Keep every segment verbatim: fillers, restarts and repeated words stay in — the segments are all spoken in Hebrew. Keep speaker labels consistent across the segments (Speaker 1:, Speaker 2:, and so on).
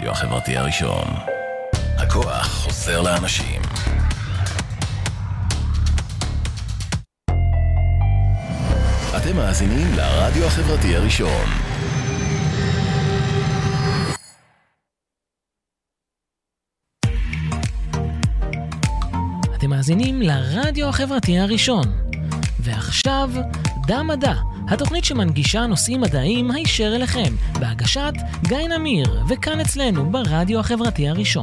Speaker 1: הרדיו החברתי הראשון. הכוח חוזר לאנשים. אתם מאזינים לרדיו החברתי הראשון.
Speaker 2: אתם מאזינים לרדיו החברתי הראשון. ועכשיו, דה מדע, התוכנית שמנגישה נושאים מדעיים הישר אליכם, בהגשת גיא נמיר, וכאן אצלנו ברדיו החברתי הראשון.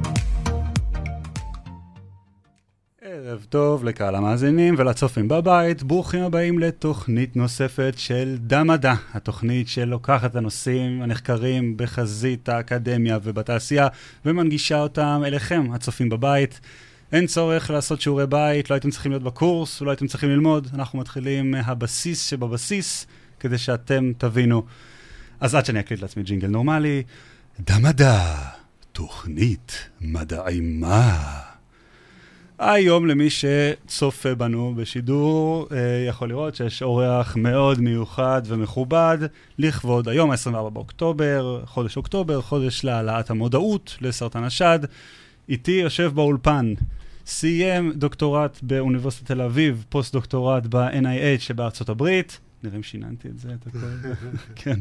Speaker 3: ערב טוב לקהל המאזינים ולצופים בבית, ברוכים הבאים לתוכנית נוספת של דה מדע, התוכנית שלוקחת את הנושאים הנחקרים בחזית האקדמיה ובתעשייה, ומנגישה אותם אליכם, הצופים בבית. אין צורך לעשות שיעורי בית, לא הייתם צריכים להיות בקורס, לא הייתם צריכים ללמוד. אנחנו מתחילים מהבסיס שבבסיס, כדי שאתם תבינו. אז עד שאני אקליט לעצמי ג'ינגל נורמלי, דה מדע, תוכנית מדעי מה. היום למי שצופה בנו בשידור, יכול לראות שיש אורח מאוד מיוחד ומכובד, לכבוד היום ה-עשרים וארבעה באוקטובר, חודש אוקטובר, חודש להעלאת המודעות לסרטן השד. איתי יושב באולפן, סיים דוקטורט באוניברסיטת תל אביב, פוסט דוקטורט ב-אן איי אייץ' שבארצות הברית. נראה אם שיננתי את זה, את הכל. כן.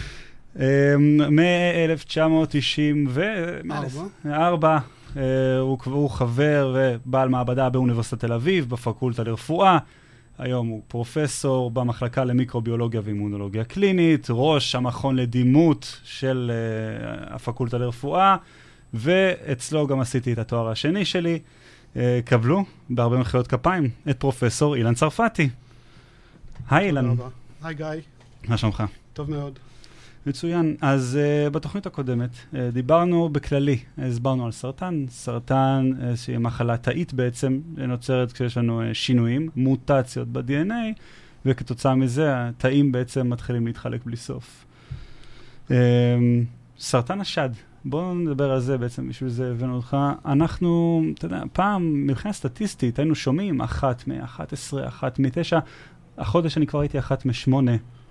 Speaker 3: מ-אלף תשע מאות תשעים וארבע, הוא חבר ובעל מעבדה באוניברסיטת תל אביב, בפקולטה לרפואה. היום הוא פרופסור במחלקה למיקרוביולוגיה ואימונולוגיה קלינית, ראש המכון לדימות של הפקולטה לרפואה, ואצלו גם עשיתי את התואר השני שלי. קבלו בהרבה מחיאות כפיים את פרופסור אילן צרפתי. היי אילן.
Speaker 4: היי גיא.
Speaker 3: מה שלומך?
Speaker 4: טוב מאוד.
Speaker 3: מצוין. אז uh, בתוכנית הקודמת uh, דיברנו בכללי, הסברנו על סרטן, סרטן uh, שהיא מחלה תאית בעצם, נוצרת כשיש לנו uh, שינויים, מוטציות ב-די אן איי, וכתוצאה מזה התאים בעצם מתחילים להתחלק בלי סוף. Uh, סרטן השד. בואו נדבר על זה בעצם, בשביל זה הבאנו אותך. אנחנו, אתה יודע, פעם, מבחינה סטטיסטית, היינו שומעים אחת מ-אחת עשרה, אחת מתשע, החודש אני כבר הייתי אחת משמונה.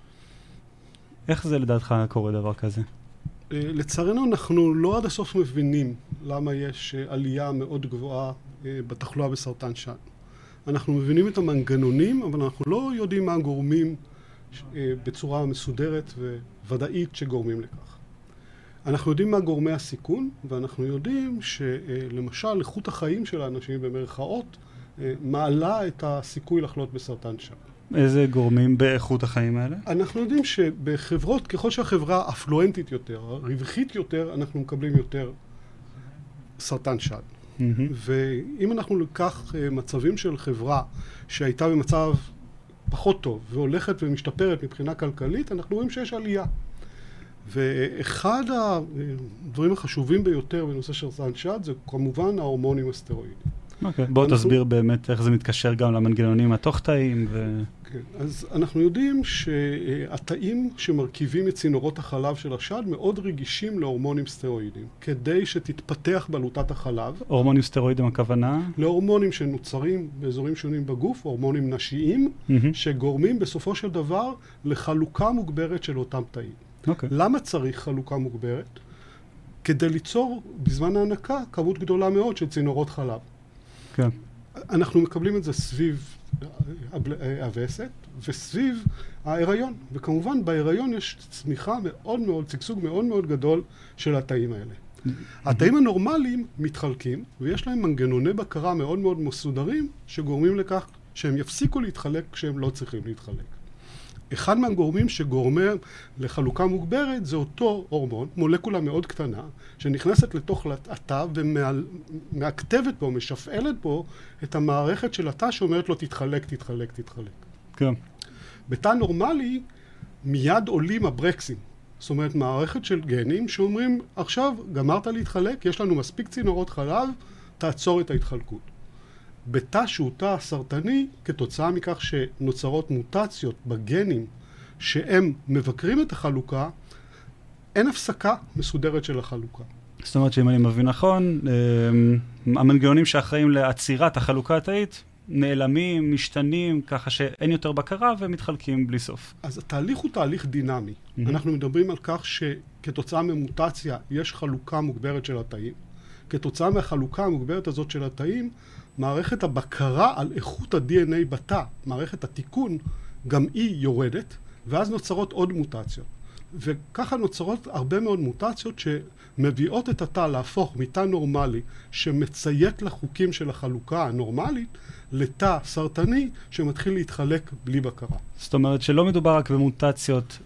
Speaker 3: איך זה לדעתך קורה דבר כזה?
Speaker 4: לצערנו אנחנו לא עד הסוף מבינים למה יש עלייה מאוד גבוהה בתחלואה בסרטן שד. אנחנו מבינים את המנגנונים, אבל אנחנו לא יודעים מה הגורמים בצורה מסודרת וודאית שגורמים לכך. אנחנו יודעים מה גורמי הסיכון, ואנחנו יודעים שלמשל איכות החיים של האנשים במרכאות מעלה את הסיכוי לחלות בסרטן שד.
Speaker 3: איזה גורמים באיכות החיים האלה?
Speaker 4: אנחנו יודעים שבחברות, ככל שהחברה אפלואנטית יותר, רווחית יותר, אנחנו מקבלים יותר סרטן שד. Mm-hmm. ואם אנחנו לקח מצבים של חברה שהייתה במצב פחות טוב והולכת ומשתפרת מבחינה כלכלית, אנחנו רואים שיש עלייה. ואחד הדברים החשובים ביותר בנושא של סרטן שד זה כמובן ההורמונים הסטרואידיים.
Speaker 3: אוקיי, בוא תסביר באמת איך זה מתקשר גם למנגנונים התוך תאים ו...
Speaker 4: כן, אז אנחנו יודעים שהתאים שמרכיבים את צינורות החלב של השד מאוד רגישים להורמונים סטרואידיים, כדי שתתפתח בלוטת החלב.
Speaker 3: הורמונים סטרואידיים הכוונה?
Speaker 4: להורמונים שנוצרים באזורים שונים בגוף, הורמונים נשיים, mm-hmm. שגורמים בסופו של דבר לחלוקה מוגברת של אותם תאים. Okay. למה צריך חלוקה מוגברת? כדי ליצור בזמן ההנקה כמות גדולה מאוד של צינורות חלב. כן. Okay. אנחנו מקבלים את זה סביב הווסת וסביב ההיריון. וכמובן בהיריון יש צמיחה מאוד מאוד, צגסוג מאוד מאוד גדול של התאים האלה. Mm-hmm. התאים הנורמליים מתחלקים ויש להם מנגנוני בקרה מאוד מאוד מסודרים שגורמים לכך שהם יפסיקו להתחלק כשהם לא צריכים להתחלק. אחד מהגורמים שגורמים לחלוקה מוגברת זה אותו הורמון, מולקולה מאוד קטנה, שנכנסת לתוך התא ומעכתבת פה, משפעלת פה את המערכת של התא שאומרת לו תתחלק, תתחלק, תתחלק.
Speaker 3: כן.
Speaker 4: בתא נורמלי מיד עולים הברקסים. זאת אומרת, מערכת של גנים שאומרים, עכשיו גמרת להתחלק, יש לנו מספיק צינורות חלב, תעצור את ההתחלקות. בתא שהוא תא סרטני, כתוצאה מכך שנוצרות מוטציות בגנים שהם מבקרים את החלוקה, אין הפסקה מסודרת של החלוקה.
Speaker 3: זאת אומרת שאם אני מבין נכון, המנגנונים שאחראים לעצירת החלוקה התאית נעלמים, משתנים, ככה שאין יותר בקרה ומתחלקים בלי סוף.
Speaker 4: אז התהליך הוא תהליך דינמי. Mm-hmm. אנחנו מדברים על כך שכתוצאה ממוטציה יש חלוקה מוגברת של התאים. כתוצאה מהחלוקה המוגברת הזאת של התאים, מערכת הבקרה על איכות ה-די אן איי בתא, מערכת התיקון, גם היא יורדת, ואז נוצרות עוד מוטציות. וככה נוצרות הרבה מאוד מוטציות שמביאות את התא להפוך מתא נורמלי שמציית לחוקים של החלוקה הנורמלית לתא סרטני שמתחיל להתחלק בלי בקרה.
Speaker 3: זאת אומרת שלא מדובר רק במוטציות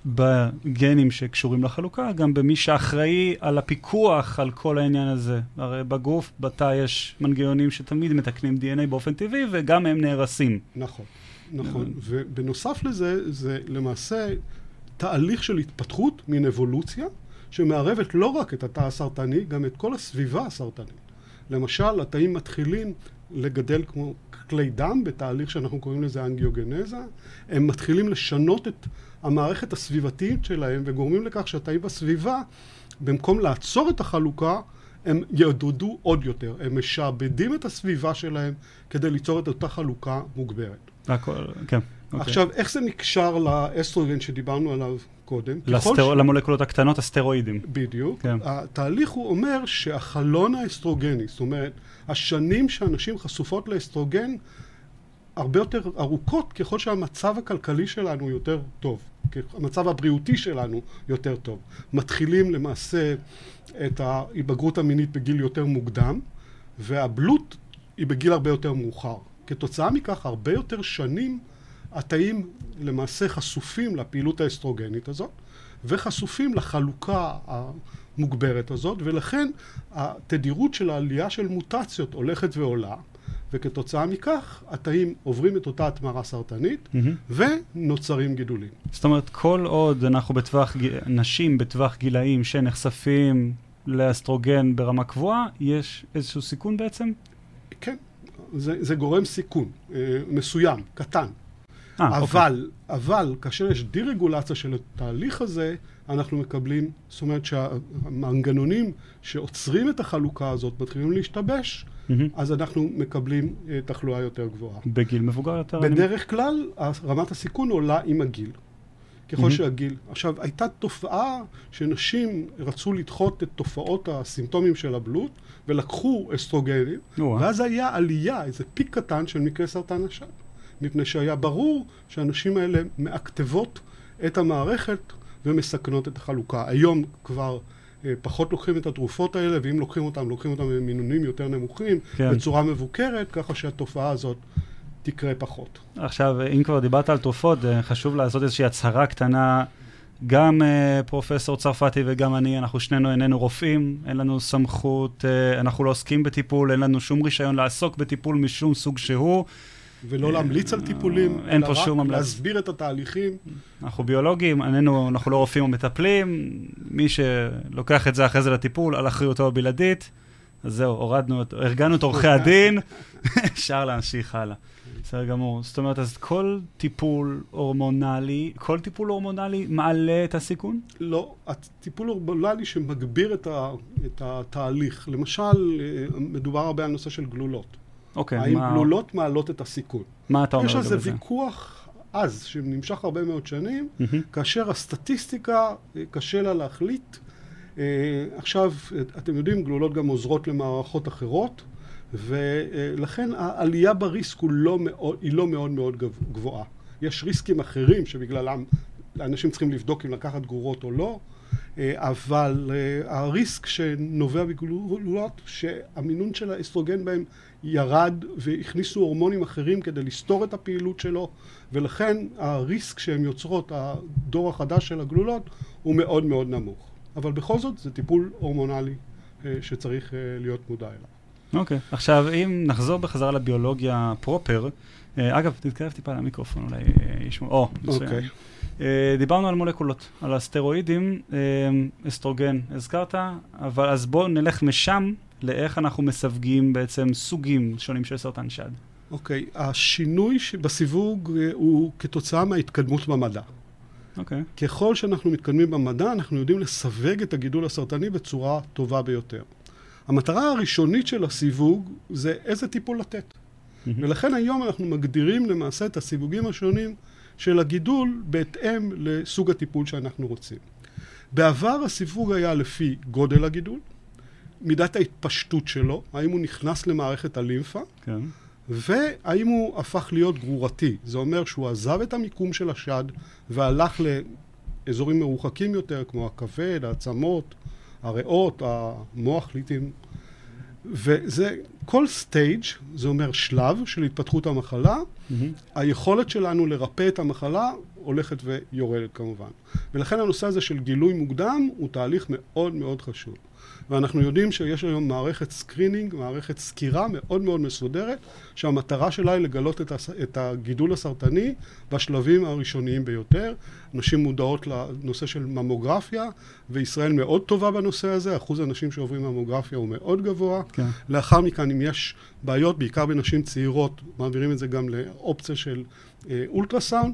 Speaker 3: בגנים שקשורים לחלוקה, גם במי שאחראי על הפיקוח על כל העניין הזה. הרי בגוף, בתא יש מנגנונים שתמיד מתקנים די אן איי באופן טבעי וגם הם נהרסים.
Speaker 4: נכון, נכון. ובנוסף לזה, זה למעשה תהליך של התפתחות מן אבולוציה, שמערבת לא רק את התא הסרטני, גם את כל הסביבה הסרטנית. למשל, התאים מתחילים לגדל כמו כלי דם, בתהליך שאנחנו קוראים לזה אנגיוגנזה, הם מתחילים לשנות את המערכת הסביבתית שלהם, וגורמים לכך שהתאים בסביבה, במקום לעצור את החלוקה, הם יעודדו עוד יותר. הם משעבדים את הסביבה שלהם כדי ליצור את אותה חלוקה מוגברת.
Speaker 3: הכל, כן. Okay.
Speaker 4: עכשיו, איך זה נקשר לאסטרוגן שדיברנו עליו קודם?
Speaker 3: לסטר... ש... למולקולות הקטנות, הסטרואידים.
Speaker 4: בדיוק. כן. התהליך הוא אומר שהחלון האסטרוגני, זאת אומרת, השנים שאנשים חשופות לאסטרוגן, הרבה יותר ארוכות ככל שהמצב הכלכלי שלנו יותר טוב, המצב הבריאותי שלנו יותר טוב. מתחילים למעשה את ההיבגרות המינית בגיל יותר מוקדם, והבלוט היא בגיל הרבה יותר מאוחר. כתוצאה מכך, הרבה יותר שנים התאים למעשה חשופים לפעילות האסטרוגנית הזאת, וחשופים לחלוקה המוגברת הזאת, ולכן התדירות של העלייה של מוטציות הולכת ועולה, וכתוצאה מכך התאים עוברים את אותה התמרה סרטנית, mm-hmm. ונוצרים גידולים.
Speaker 3: זאת אומרת, כל עוד אנחנו בטווח, נשים בטווח גילאים שנחשפים לאסטרוגן ברמה קבועה, יש איזשהו סיכון בעצם?
Speaker 4: כן, זה, זה גורם סיכון אה, מסוים, קטן.
Speaker 3: 아,
Speaker 4: אבל, אוקיי. אבל כאשר יש דירגולציה של התהליך הזה, אנחנו מקבלים, זאת אומרת שהמנגנונים שעוצרים את החלוקה הזאת מתחילים להשתבש, mm-hmm. אז אנחנו מקבלים uh, תחלואה יותר גבוהה.
Speaker 3: בגיל מבוגר יותר?
Speaker 4: בדרך אני... כלל, רמת הסיכון עולה עם הגיל. ככל mm-hmm. שהגיל. עכשיו, הייתה תופעה שנשים רצו לדחות את תופעות הסימפטומים של הבלוט, ולקחו אסטרוגנים, oh, ואז היה עלייה, איזה פיק קטן של מקרה סרטן השד. מפני שהיה ברור שהאנשים האלה מאקטבות את המערכת ומסכנות את החלוקה. היום כבר אה, פחות לוקחים את התרופות האלה, ואם לוקחים אותם, לוקחים אותם במינונים יותר נמוכים, כן. בצורה מבוקרת, ככה שהתופעה הזאת תקרה פחות.
Speaker 3: עכשיו, אם כבר דיברת על תרופות, חשוב לעשות איזושהי הצהרה קטנה, גם אה, פרופסור צרפתי וגם אני, אנחנו שנינו איננו רופאים, אין לנו סמכות, אה, אנחנו לא עוסקים בטיפול, אין לנו שום רישיון לעסוק בטיפול משום סוג שהוא,
Speaker 4: ולא להמליץ על טיפולים,
Speaker 3: אלא רק
Speaker 4: להסביר את התהליכים.
Speaker 3: אנחנו ביולוגים, אנחנו לא רופאים או מטפלים, מי שלוקח את זה אחרי זה לטיפול, על אחריותו הבלעדית, אז זהו, הורדנו, הרגענו את עורכי הדין, אפשר להמשיך הלאה. בסדר גמור. זאת אומרת, אז כל טיפול הורמונלי, כל טיפול הורמונלי מעלה את הסיכון?
Speaker 4: לא, הטיפול הורמונלי שמגביר את התהליך, למשל, מדובר הרבה על נושא של גלולות.
Speaker 3: אוקיי,
Speaker 4: האם
Speaker 3: מה...
Speaker 4: גלולות מעלות את הסיכון?
Speaker 3: מה אתה אומר לגבי זה?
Speaker 4: יש איזה ויכוח אז, שנמשך הרבה מאוד שנים, mm-hmm. כאשר הסטטיסטיקה קשה לה להחליט. אה, עכשיו, אתם יודעים, גלולות גם עוזרות למערכות אחרות, ולכן העלייה בריסק הוא לא מאוד, היא לא מאוד מאוד גבוהה. יש ריסקים אחרים שבגללם אנשים צריכים לבדוק אם לקחת גרורות או לא, אבל הריסק שנובע בגלולות, שהמינון של האסטרוגן בהם ירד והכניסו הורמונים אחרים כדי לסתור את הפעילות שלו, ולכן הריסק שהם יוצרות, הדור החדש של הגלולות, הוא מאוד מאוד נמוך. אבל בכל זאת זה טיפול הורמונלי שצריך להיות מודע אליו.
Speaker 3: אוקיי. Okay. עכשיו, אם נחזור בחזרה לביולוגיה פרופר, אגב, תתקרב טיפה למיקרופון, אולי ישמעו. או,
Speaker 4: אוקיי.
Speaker 3: דיברנו על מולקולות, על הסטרואידים, אסטרוגן הזכרת, אבל אז בואו נלך משם לאיך אנחנו מסווגים בעצם סוגים שונים של סרטן שד.
Speaker 4: אוקיי, השינוי בסיווג הוא כתוצאה מההתקדמות במדע.
Speaker 3: אוקיי.
Speaker 4: ככל שאנחנו מתקדמים במדע, אנחנו יודעים לסווג את הגידול הסרטני בצורה טובה ביותר. המטרה הראשונית של הסיווג זה איזה טיפול לתת. Mm-hmm. ולכן היום אנחנו מגדירים למעשה את הסיווגים השונים של הגידול בהתאם לסוג הטיפול שאנחנו רוצים. בעבר הסיווג היה לפי גודל הגידול, מידת ההתפשטות שלו, האם הוא נכנס למערכת הלימפה, כן. והאם הוא הפך להיות גרורתי. זה אומר שהוא עזב את המיקום של השד והלך לאזורים מרוחקים יותר, כמו הכבד, העצמות, הריאות, המוח לעתים. וזה, כל סטייג' זה אומר שלב של התפתחות המחלה, mm-hmm. היכולת שלנו לרפא את המחלה הולכת ויורדת כמובן. ולכן הנושא הזה של גילוי מוקדם הוא תהליך מאוד מאוד חשוב. ואנחנו יודעים שיש היום מערכת סקרינינג, מערכת סקירה מאוד מאוד מסודרת, שהמטרה שלה היא לגלות את, הס... את הגידול הסרטני בשלבים הראשוניים ביותר. נשים מודעות לנושא של ממוגרפיה, וישראל מאוד טובה בנושא הזה, אחוז האנשים שעוברים ממוגרפיה הוא מאוד גבוה. כן. לאחר מכן, אם יש בעיות, בעיקר בנשים צעירות, מעבירים את זה גם לאופציה של אה, אולטרסאונד,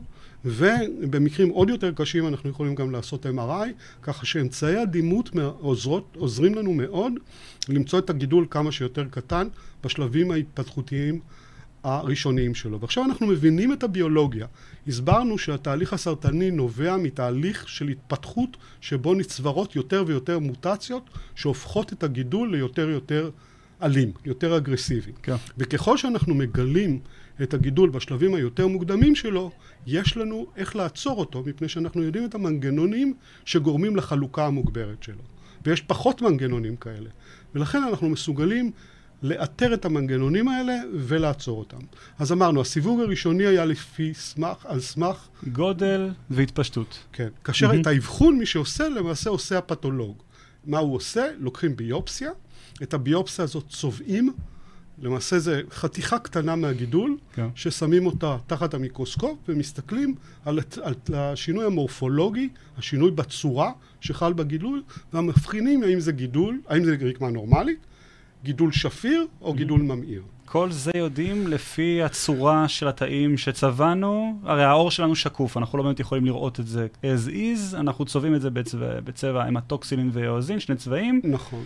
Speaker 4: ובמקרים עוד יותר קשים אנחנו יכולים גם לעשות אם אר איי, ככה שאמצעי הדימות עוזרות, עוזרים לנו מאוד למצוא את הגידול כמה שיותר קטן בשלבים ההתפתחותיים הראשוניים שלו. ועכשיו אנחנו מבינים את הביולוגיה. הסברנו שהתהליך הסרטני נובע מתהליך של התפתחות שבו נצברות יותר ויותר מוטציות שהופכות את הגידול ליותר יותר אלים, יותר אגרסיבי. כן. וככל שאנחנו מגלים את הגידול בשלבים היותר מוקדמים שלו, יש לנו איך לעצור אותו, מפני שאנחנו יודעים את המנגנונים שגורמים לחלוקה המוגברת שלו. ויש פחות מנגנונים כאלה. ולכן אנחנו מסוגלים לאתר את המנגנונים האלה ולעצור אותם. אז אמרנו, הסיווג הראשוני היה לפי סמך, על סמך...
Speaker 3: גודל והתפשטות.
Speaker 4: כן. כאשר mm-hmm. את האבחון, מי שעושה, למעשה עושה הפתולוג. מה הוא עושה? לוקחים ביופסיה, את הביופסיה הזאת צובעים, למעשה זה חתיכה קטנה מהגידול, כן. ששמים אותה תחת המיקרוסקופ ומסתכלים על, על השינוי המורפולוגי, השינוי בצורה שחל בגידול, והמבחינים האם זה גידול, האם זה רקמה נורמלית, גידול שפיר או גידול ממאיר.
Speaker 3: כל זה יודעים לפי הצורה של התאים שצבענו, הרי האור שלנו שקוף, אנחנו לא באמת יכולים לראות את זה as is, אנחנו צובעים את זה בצבע, בצבע המטוקסילין ואיוזין, שני צבעים.
Speaker 4: נכון.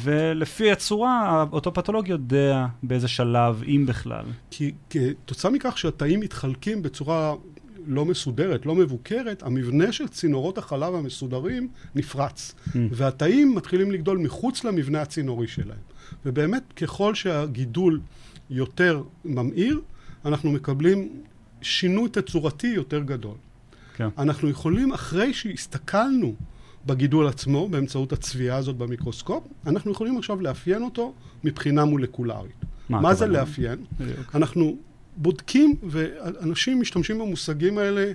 Speaker 3: ולפי הצורה, אותו פתולוג יודע באיזה שלב, אם בכלל.
Speaker 4: כי, כי תוצאה מכך שהתאים מתחלקים בצורה לא מסודרת, לא מבוקרת, המבנה של צינורות החלב המסודרים נפרץ. Mm. והתאים מתחילים לגדול מחוץ למבנה הצינורי שלהם. ובאמת, ככל שהגידול יותר ממאיר, אנחנו מקבלים שינוי תצורתי יותר גדול. כן. אנחנו יכולים, אחרי שהסתכלנו בגידול עצמו, באמצעות הצביעה הזאת במיקרוסקופ, אנחנו יכולים עכשיו לאפיין אותו מבחינה מולקולרית. מה, מה זה לאפיין? בדיוק. אנחנו בודקים, ואנשים משתמשים במושגים האלה,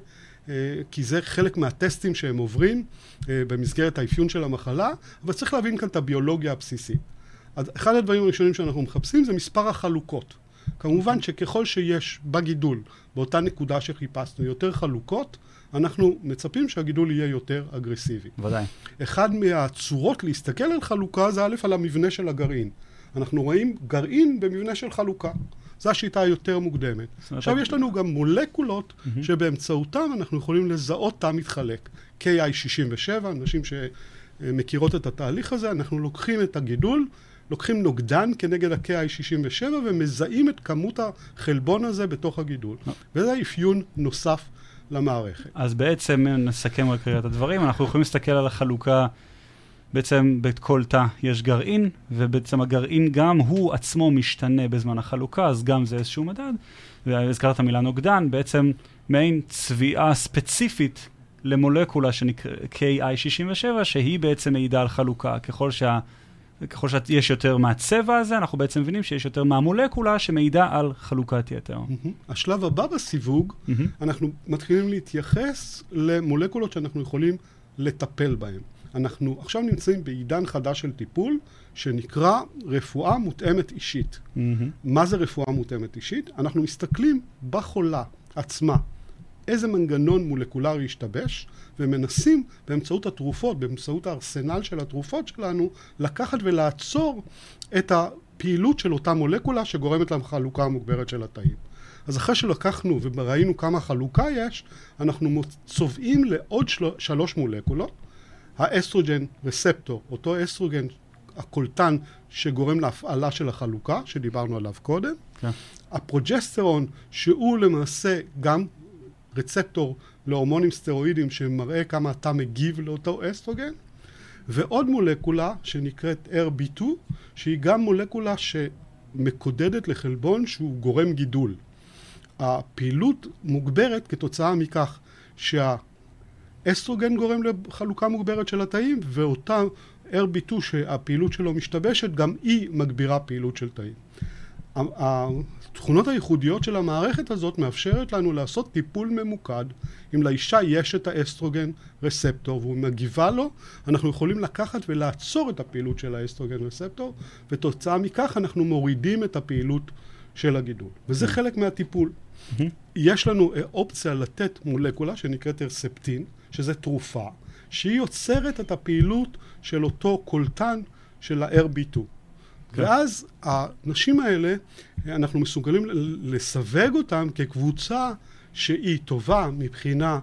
Speaker 4: כי זה חלק מהטסטים שהם עוברים במסגרת האפיון של המחלה, אבל צריך להבין כאן את הביולוגיה הבסיסית. אז אחד הדברים הראשונים שאנחנו מחפשים זה מספר החלוקות. כמובן שככל שיש בגידול, באותה נקודה שחיפשנו, יותר חלוקות, אנחנו מצפים שהגידול יהיה יותר אגרסיבי.
Speaker 3: ודאי.
Speaker 4: אחד מהצורות להסתכל על חלוקה זה א' על המבנה של הגרעין. אנחנו רואים גרעין במבנה של חלוקה. זו השיטה היותר מוקדמת. עכשיו יש לנו גם מולקולות mm-hmm. שבאמצעותם אנחנו יכולים לזהות תא מתחלק. קיי איי שישים ושבע, אנשים שמכירות את התהליך הזה, אנחנו לוקחים את הגידול, לוקחים נוגדן כנגד ה-קיי איי שישים ושבע ומזהים את כמות החלבון הזה בתוך הגידול. No. וזה אפיון נוסף למערכת.
Speaker 3: אז בעצם נסכם רק את הדברים, אנחנו יכולים להסתכל על החלוקה, בעצם בכל תא יש גרעין, ובעצם הגרעין גם הוא עצמו משתנה בזמן החלוקה, אז גם זה איזשהו מדד, והזכרת המילה נוגדן, בעצם מעין צביעה ספציפית למולקולה שנקרא קיי איי שישים ושבע, שהיא בעצם מעידה על חלוקה. ככל שה... ככל שיש יותר מהצבע הזה, אנחנו בעצם מבינים שיש יותר מהמולקולה שמעידה על חלוקת יתר.
Speaker 4: Mm-hmm. השלב הבא בסיווג, mm-hmm. אנחנו מתחילים להתייחס למולקולות שאנחנו יכולים לטפל בהן. אנחנו עכשיו נמצאים בעידן חדש של טיפול, שנקרא רפואה מותאמת אישית. Mm-hmm. מה זה רפואה מותאמת אישית? אנחנו מסתכלים בחולה עצמה, איזה מנגנון מולקולרי ישתבש, ומנסים באמצעות התרופות, באמצעות הארסנל של התרופות שלנו, לקחת ולעצור את הפעילות של אותה מולקולה שגורמת לחלוקה המוגברת של התאים. אז אחרי שלקחנו וראינו כמה חלוקה יש, אנחנו צובעים לעוד של... שלוש מולקולות. האסטרוגן רספטור, אותו אסטרוגן הקולטן שגורם להפעלה של החלוקה, שדיברנו עליו קודם. כן. הפרוג'סטרון, שהוא למעשה גם רצפטור להורמונים סטרואידים שמראה כמה אתה מגיב לאותו אסטרוגן, ועוד מולקולה שנקראת אר בי טו, שהיא גם מולקולה שמקודדת לחלבון שהוא גורם גידול. הפעילות מוגברת כתוצאה מכך שהאסטרוגן גורם לחלוקה מוגברת של התאים, ואותה אר בי טו שהפעילות שלו משתבשת, גם היא מגבירה פעילות של תאים. התכונות הייחודיות של המערכת הזאת מאפשרת לנו לעשות טיפול ממוקד. אם לאישה יש את האסטרוגן רספטור והוא מגיבה לו, אנחנו יכולים לקחת ולעצור את הפעילות של האסטרוגן רספטור, ותוצאה מכך אנחנו מורידים את הפעילות של הגידול. וזה חלק מהטיפול. יש לנו אופציה לתת מולקולה שנקראת הרספטין, שזה תרופה, שהיא יוצרת את הפעילות של אותו קולטן של ה-אר בי טו. ואז האנשים האלה, אנחנו מסוגלים לסווג אותם כקבוצה שהיא טובה מבחינה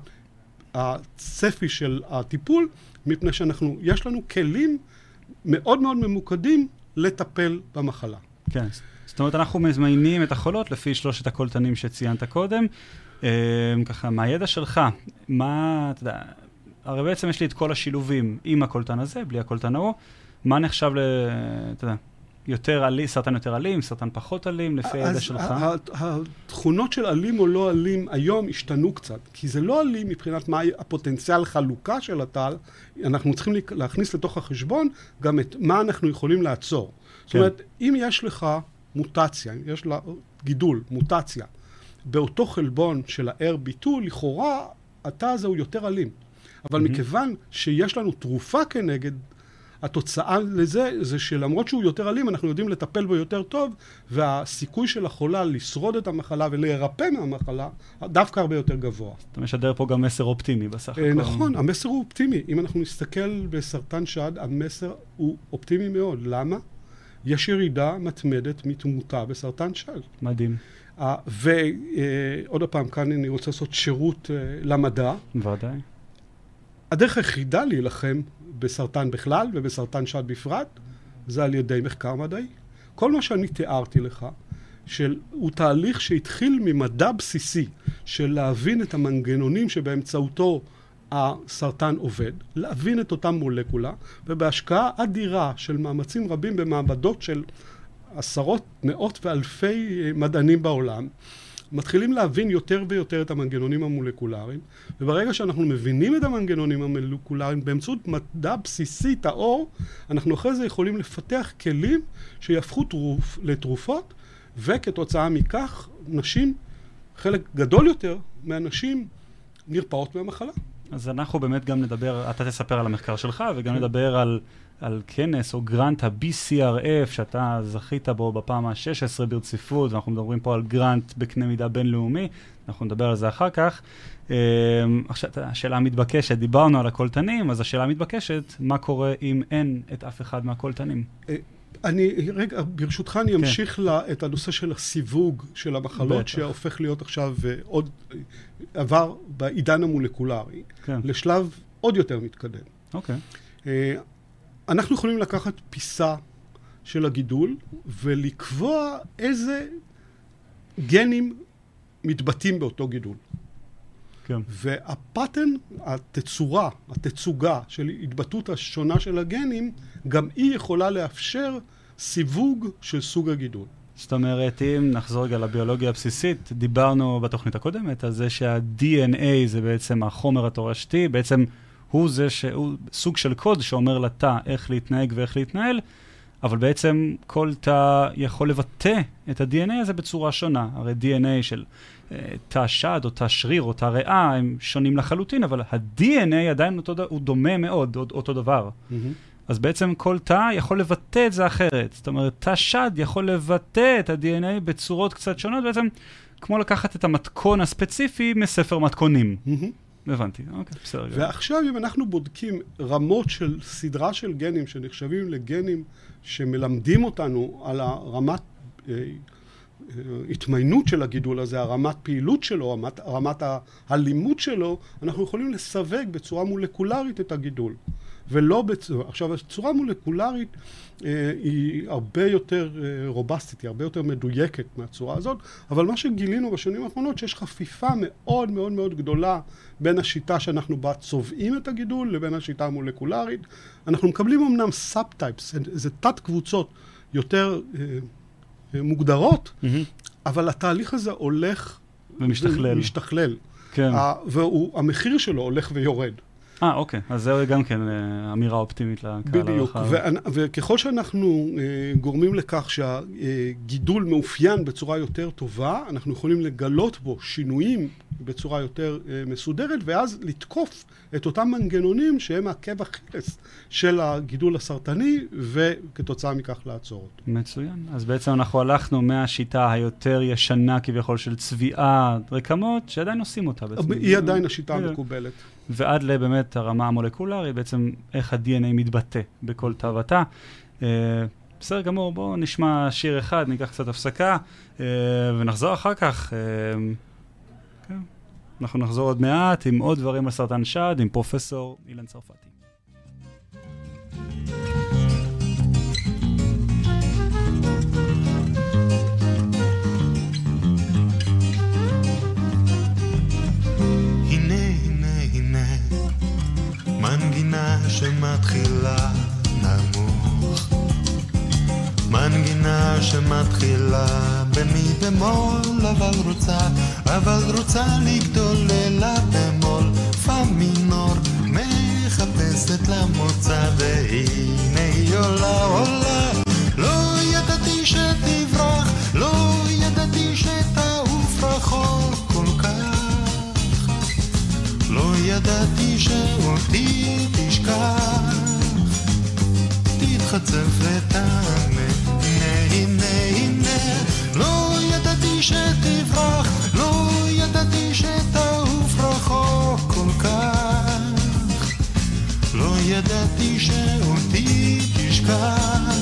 Speaker 4: הצפי של הטיפול, מפני שאנחנו, יש לנו כלים מאוד מאוד ממוקדים לטפל במחלה.
Speaker 3: כן, זאת אומרת, אנחנו מזמיינים את החולות לפי שלושת הקולטנים שציינת קודם. ככה, מהידע שלך, מה, אתה יודע, הרי בעצם יש לי את כל השילובים עם הקולטן הזה, בלי הקולטן ההוא, מה נחשב ל... אתה יודע, יותר אלים, סרטן יותר אלים, סרטן פחות אלים, לפי הידע שלך?
Speaker 4: התכונות של אלים או לא אלים היום השתנו קצת, כי זה לא אלים מבחינת מה הפוטנציאל חלוקה של התל, אנחנו צריכים להכניס לתוך החשבון גם את מה אנחנו יכולים לעצור. זאת אומרת, אם יש לך מוטציה, אם יש לה גידול, מוטציה, באותו חלבון של ה-אר בי טו, לכאורה, התא הזה הוא יותר אלים. אבל מכיוון שיש לנו תרופה כנגד, התוצאה לזה זה שלמרות שהוא יותר אלים, אנחנו יודעים לטפל בו יותר טוב, והסיכוי של החולה לשרוד את המחלה ולהירפא מהמחלה, דווקא הרבה יותר גבוה.
Speaker 3: אתה משדר פה גם מסר אופטימי בסך הכל.
Speaker 4: נכון, המסר הוא אופטימי. אם אנחנו נסתכל בסרטן שד, המסר הוא אופטימי מאוד. למה? יש ירידה מתמדת מתמותה בסרטן שד.
Speaker 3: מדהים.
Speaker 4: ועוד פעם, כאן אני רוצה לעשות שירות למדע.
Speaker 3: ודאי.
Speaker 4: הדרך היחידה להילחם בסרטן בכלל ובסרטן שד בפרט, זה על ידי מחקר מדעי. כל מה שאני תיארתי לך, של, הוא תהליך שהתחיל ממדע בסיסי, של להבין את המנגנונים שבאמצעותו הסרטן עובד, להבין את אותם מולקולה, ובהשקעה אדירה של מאמצים רבים במעבדות של עשרות, מאות ואלפי מדענים בעולם, מתחילים להבין יותר ויותר את המנגנונים המולקולריים, וברגע שאנחנו מבינים את המנגנונים המולקולריים באמצעות מדע בסיסי טהור, אנחנו אחרי זה יכולים לפתח כלים שיהפכו תרופ, לתרופות, וכתוצאה מכך נשים, חלק גדול יותר מהנשים נרפאות מהמחלה.
Speaker 3: אז אנחנו באמת גם נדבר, אתה תספר על המחקר שלך, וגם נדבר על, על כנס או גרנט ה-בי סי אר אף, שאתה זכית בו בפעם ה-שש עשרה ברציפות, ואנחנו מדברים פה על גרנט בקנה מידה בינלאומי, אנחנו נדבר על זה אחר כך. עכשיו, השאלה המתבקשת, דיברנו על הקולטנים, אז השאלה המתבקשת, מה קורה אם אין את אף אחד מהקולטנים?
Speaker 4: אני, רגע, ברשותך אני אמשיך לה, את הנושא של הסיווג של המחלות, שהופך להיות עכשיו עוד, עבר בעידן המולקולרי, לשלב עוד יותר מתקדם.
Speaker 3: אוקיי.
Speaker 4: אנחנו יכולים לקחת פיסה של הגידול, ולקבוע איזה גנים מתבטאים באותו גידול.
Speaker 3: כן.
Speaker 4: והפטן, התצורה, התצוגה של התבטאות השונה של הגנים, גם היא יכולה לאפשר סיווג של סוג הגידול.
Speaker 3: זאת אומרת, אם נחזור רגע לביולוגיה הבסיסית, דיברנו בתוכנית הקודמת, על זה שה-די אן איי זה בעצם החומר התורשתי, בעצם הוא זה שהוא סוג של קוד שאומר לתא איך להתנהג ואיך להתנהל, אבל בעצם כל תא יכול לבטא את ה-די אן איי הזה בצורה שונה. הרי די אן איי של uh, תא שד או תא שריר או תא ריאה הם שונים לחלוטין, אבל ה-די אן איי עדיין אותו, הוא דומה מאוד, אותו דבר. Mm-hmm. אז בעצם כל תא יכול לבטא את זה אחרת. זאת אומרת, תא שד יכול לבטא את ה-די אן איי בצורות קצת שונות, בעצם כמו לקחת את המתכון הספציפי מספר מתכונים. Mm-hmm. הבנתי, אוקיי, בסדר.
Speaker 4: ועכשיו אם אנחנו בודקים רמות של סדרה של גנים שנחשבים לגנים שמלמדים אותנו על הרמת אה, אה, התמיינות של הגידול הזה, הרמת פעילות שלו, רמת, רמת הלימוד שלו, אנחנו יכולים לסווג בצורה מולקולרית את הגידול. ולא בצורה, עכשיו, הצורה מולקולרית אה, היא הרבה יותר אה, רובסטית, היא הרבה יותר מדויקת מהצורה הזאת, אבל מה שגילינו בשנים האחרונות, שיש חפיפה מאוד מאוד מאוד גדולה בין השיטה שאנחנו בה צובעים את הגידול, לבין השיטה המולקולרית. אנחנו מקבלים אמנם סאב-טייפס, זה תת קבוצות יותר אה, מוגדרות, mm-hmm. אבל התהליך הזה הולך
Speaker 3: ומשתכלל.
Speaker 4: ומשתכלל.
Speaker 3: כן.
Speaker 4: והמחיר שלו הולך ויורד.
Speaker 3: אה, אוקיי. אז זה גם כן אמירה אופטימית לקהל הרחב.
Speaker 4: בדיוק. וככל שאנחנו גורמים לכך שהגידול מאופיין בצורה יותר טובה, אנחנו יכולים לגלות בו שינויים בצורה יותר מסודרת, ואז לתקוף את אותם מנגנונים שהם עקב אכילס של הגידול הסרטני, וכתוצאה מכך לעצור אותו.
Speaker 3: מצוין. אז בעצם אנחנו הלכנו מהשיטה היותר ישנה כביכול של צביעה רקמות, שעדיין עושים אותה בעצם.
Speaker 4: היא עדיין השיטה המקובלת.
Speaker 3: ועד לבאמת הרמה המולקולרית, בעצם איך ה-די אן איי מתבטא בכל תא ותא. בסדר גמור, בואו נשמע שיר אחד, ניקח קצת הפסקה, ונחזור אחר כך. כן. אנחנו נחזור עוד מעט עם עוד דברים על סרטן שד, עם פרופסור אילן צרפתי.
Speaker 5: מנגינה שמתחילה נמוך, מנגינה שמתחילה במי במול, אבל רוצה, אבל רוצה לגדול לה במול, פה מינור מחפשת למוצא, והנה היא עולה עולה. לא ידעתי שתברח, לא ידעתי שתעוף רחוק כל כך, לא ידעתי שאותי תשכח, תתחצף ותענה, הנה הנה הנה. לא ידעתי שתברח, לא ידעתי שתעוף רחוק כל כך, לא ידעתי שאותי תשכח,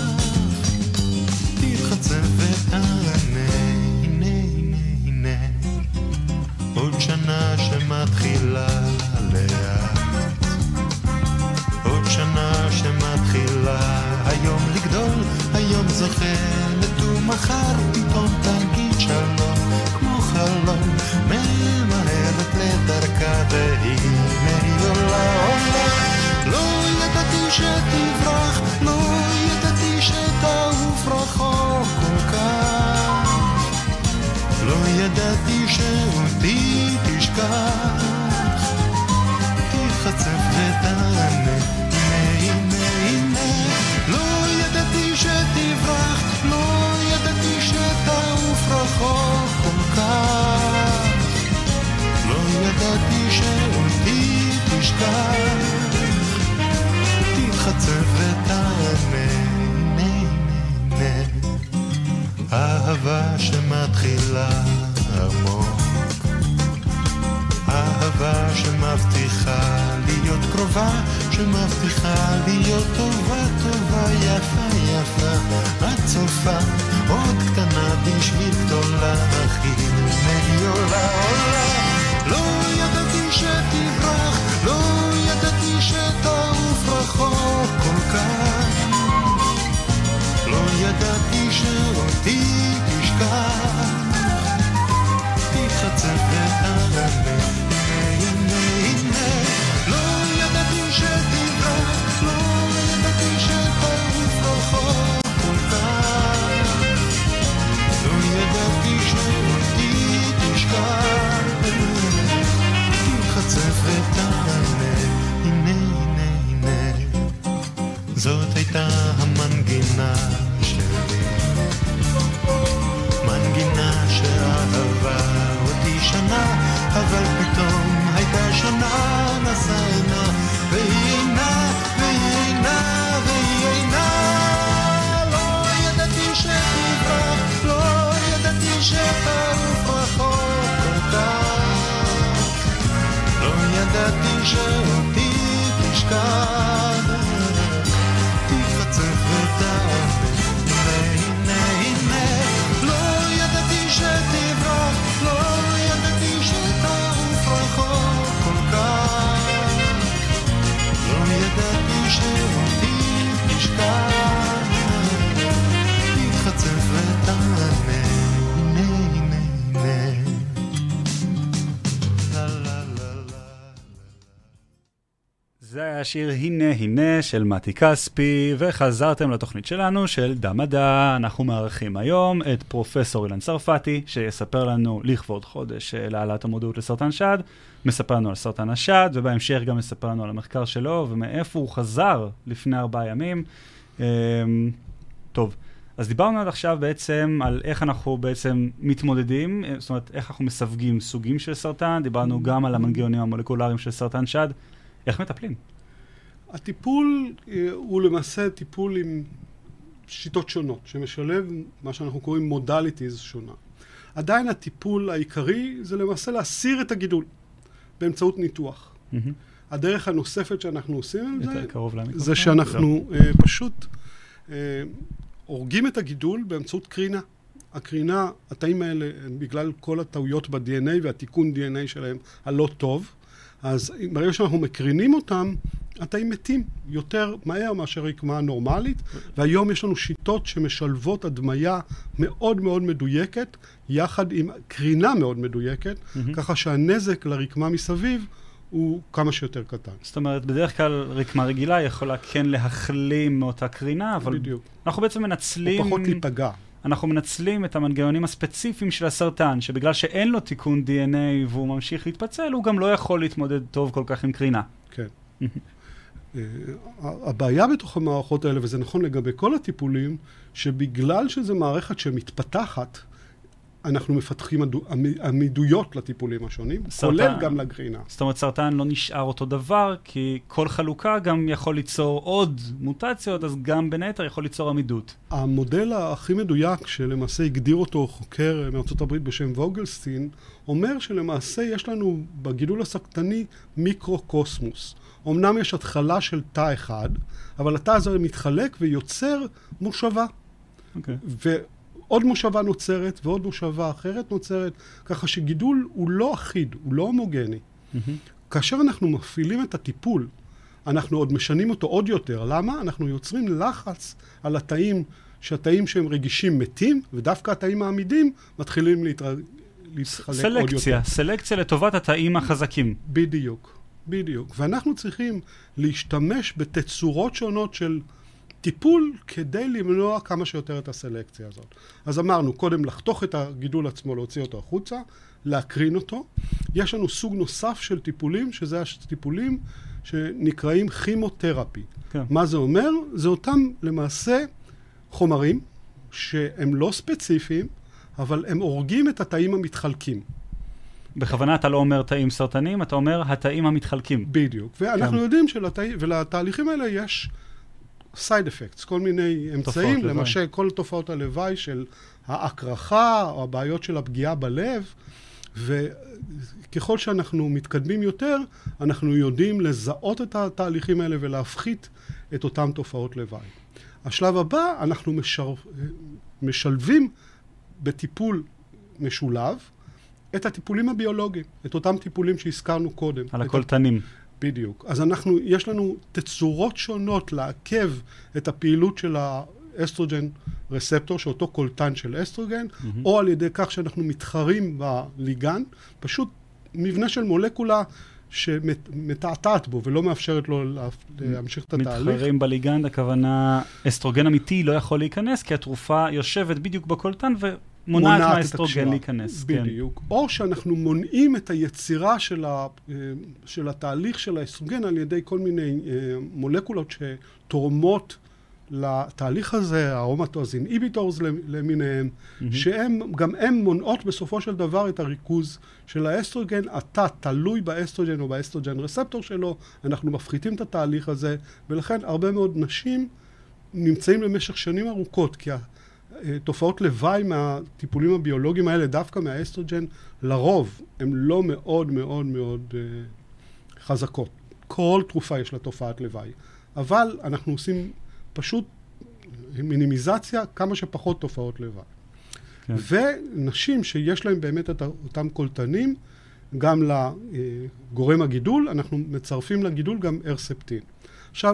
Speaker 5: תתחצף ותענה, הנה הנה הנה. עוד שנה שמתחילה לאט, עוד שנה שמתחילה היום לגדול, היום זוכרת ומחר פתאום תגיד שלום, כמו חלום ממהרת לדרכה, והנה היא עולה עולה. לא ידעתי שתברח, לא ידעתי שתעוף רחוק כל כך, לא ידעתי שאותי תשכח, תחצף ותענה, הנה הנה הנה. לא ידעתי שתברח, לא ידעתי שתעוף רחוק כל כך, לא ידעתי שאותי תשכח, תחצף ותענה, הנה הנה הנה. אהבה שמתחילה עמוק, אהבה שמבטיחה להיות קרובה, שמבטיחה להיות טובה טובה, יפה יפה עד סופה, עוד קטנה בשביל גדולה, הנה היא עולה עולה. לא ידעתי שתברח, לא ידעתי שתעוף רחוק כל כך, לא ידעתי שאותי תשכח, תתחצף ותענה, הנה הנה. לא ידעתי שתברח, לא ידעתי שתעוף רחוק כל כך, לא ידעתי שאותי תשכח, תתחצף ותענה, הנה הנה הנה. זאת הייתה המנגינה שלי, מנגינה שאהבה אותי שנה, אבל פתאום הייתה שנה נסיינה, והיא אינה, והיא אינה, והיא אינה. לא ידעתי שתברח, לא ידעתי שתעוף רחוק כל כך, לא ידעתי שאותי תשכח, תחצף ותענה,
Speaker 3: היה השיר הנה הנה של מתי כספי, וחזרתם לתוכנית שלנו של דמדע. אנחנו מארחים היום את פרופסור אילן צרפתי, שיספר לנו לכבוד חודש להעלאת המודעות לסרטן שד, מספר לנו על סרטן השד, ובהמשך גם מספר לנו על המחקר שלו, ומאיפה הוא חזר לפני ארבעה ימים. טוב, אז דיברנו עד עכשיו בעצם על איך אנחנו בעצם מתמודדים, זאת אומרת, איך אנחנו מסווגים סוגים של סרטן, דיברנו גם על המנגנונים המולקולריים של סרטן שד. איך מטפלים?
Speaker 4: הטיפול הוא למעשה טיפול עם שיטות שונות, שמשלב מה שאנחנו קוראים מודליטיז שונה. עדיין הטיפול העיקרי זה למעשה להסיר את הגידול באמצעות ניתוח. Mm-hmm. הדרך הנוספת שאנחנו עושים זה, זה שאנחנו uh, פשוט uh, הורגים את הגידול באמצעות קרינה. הקרינה, התאים האלה, בגלל כל הטעויות ב-די אן איי והתיקון די אן איי שלהם הלא טוב, אז ברגע שאנחנו מקרינים אותם, התאים מתים יותר מהר מאשר רקמה נורמלית, והיום יש לנו שיטות שמשלבות הדמיה מאוד מאוד מדויקת, יחד עם קרינה מאוד מדויקת, mm-hmm. ככה שהנזק לרקמה מסביב הוא כמה שיותר קטן.
Speaker 3: זאת אומרת, בדרך כלל רקמה רגילה יכולה כן להחלים מאותה קרינה, אבל בדיוק. אנחנו בעצם מנצלים...
Speaker 4: או פחות להיפגע.
Speaker 3: אנחנו מנצלים את המנגנונים הספציפיים של הסרטן, שבגלל שאין לו תיקון די אן איי והוא ממשיך להתפצל, הוא גם לא יכול להתמודד טוב כל כך עם קרינה.
Speaker 4: כן. הבעיה בתוך המערכות האלה, וזה נכון לגבי כל הטיפולים, שבגלל שזו מערכת שמתפתחת, אנחנו מפתחים עמידויות לטיפולים השונים, כולל גם לקרינה.
Speaker 3: זאת אומרת, סרטן לא נשאר אותו דבר, כי כל חלוקה גם יכול ליצור עוד מוטציות, אז גם בין היתר יכול ליצור עמידות.
Speaker 4: המודל הכי מדויק, שלמעשה הגדיר אותו חוקר מארצות הברית בשם ווגלסטין, אומר שלמעשה יש לנו בגידול הסרטני מיקרו-קוסמוס. אמנם יש התחלה של תא אחד, אבל התא הזה מתחלק ויוצר מושבה.
Speaker 3: אוקיי.
Speaker 4: ו... עוד מושבה נוצרת ועוד מושבה אחרת נוצרת, ככה שגידול הוא לא אחיד, הוא לא הומוגני. Mm-hmm. כאשר אנחנו מפעילים את הטיפול, אנחנו עוד משנים אותו עוד יותר. למה? אנחנו יוצרים לחץ על התאים, שהתאים שהם רגישים מתים, ודווקא התאים העמידים מתחילים להתר... להתחלק
Speaker 3: סלקציה,
Speaker 4: עוד יותר.
Speaker 3: סלקציה, סלקציה לטובת התאים החזקים.
Speaker 4: בדיוק, בדיוק. ואנחנו צריכים להשתמש בתצורות שונות של טיפול כדי למנוע כמה שיותר את הסלקציה הזאת. אז אמרנו, קודם לחתוך את הגידול עצמו, להוציא אותו החוצה, להקרין אותו. יש לנו סוג נוסף של טיפולים, שזה הטיפולים שנקראים כימותרפי. כן. מה זה אומר? זה אותם למעשה חומרים שהם לא ספציפיים, אבל הם הורגים את התאים המתחלקים.
Speaker 3: בכוונה אתה לא אומר תאים סרטניים, אתה אומר התאים המתחלקים.
Speaker 4: בדיוק. ואנחנו כן. יודעים שלתא... ולתהליכים האלה יש side effects, כל מיני אמצעים, למשל כל תופעות הלוואי של ההקרחה או הבעיות של הפגיעה בלב, וככל שאנחנו מתקדמים יותר, אנחנו יודעים לזהות את התהליכים האלה ולהפחית את אותם תופעות לוואי. השלב הבא, אנחנו משל... משלבים בטיפול משולב את הטיפולים הביולוגיים, את אותם טיפולים שהזכרנו קודם.
Speaker 3: על הקולטנים.
Speaker 4: בדיוק. אז אנחנו, יש לנו תצורות שונות לעכב את הפעילות של האסטרוגן רספטור, שאותו קולטן של אסטרוגן, mm-hmm. או על ידי כך שאנחנו מתחרים בליגן, פשוט מבנה של מולקולה שמתעתעת בו ולא מאפשרת לו להמשיך את התהליך.
Speaker 3: מתחרים בליגן, הכוונה אסטרוגן אמיתי לא יכול להיכנס, כי התרופה יושבת בדיוק בקולטן ו... מונעת מהאסטרוגן להיכנס.
Speaker 4: בדיוק. כן. או שאנחנו מונעים את היצירה של, ה, של התהליך של האסטרוגן על ידי כל מיני מולקולות שתורמות לתהליך הזה, הארומטוז איניביטורס למיניהם, mm-hmm. שהם, גם הם מונעות בסופו של דבר את הריכוז של האסטרוגן. אתה תלוי באסטרוגן או באסטרוגן רספטור שלו, אנחנו מפחיתים את התהליך הזה, ולכן הרבה מאוד נשים נמצאים במשך שנים ארוכות, כי תופעות לוואי מהטיפולים הביולוגיים האלה, דווקא מהאסטרוגן, לרוב הם לא מאוד מאוד מאוד uh, חזקות. כל תרופה יש לה תופעת לוואי. אבל אנחנו עושים פשוט מינימיזציה, כמה שפחות תופעות לוואי. כן. ונשים שיש להם באמת את אותם קולטנים, גם לגורם הגידול, אנחנו מצרפים לגידול גם הרספטין. עכשיו,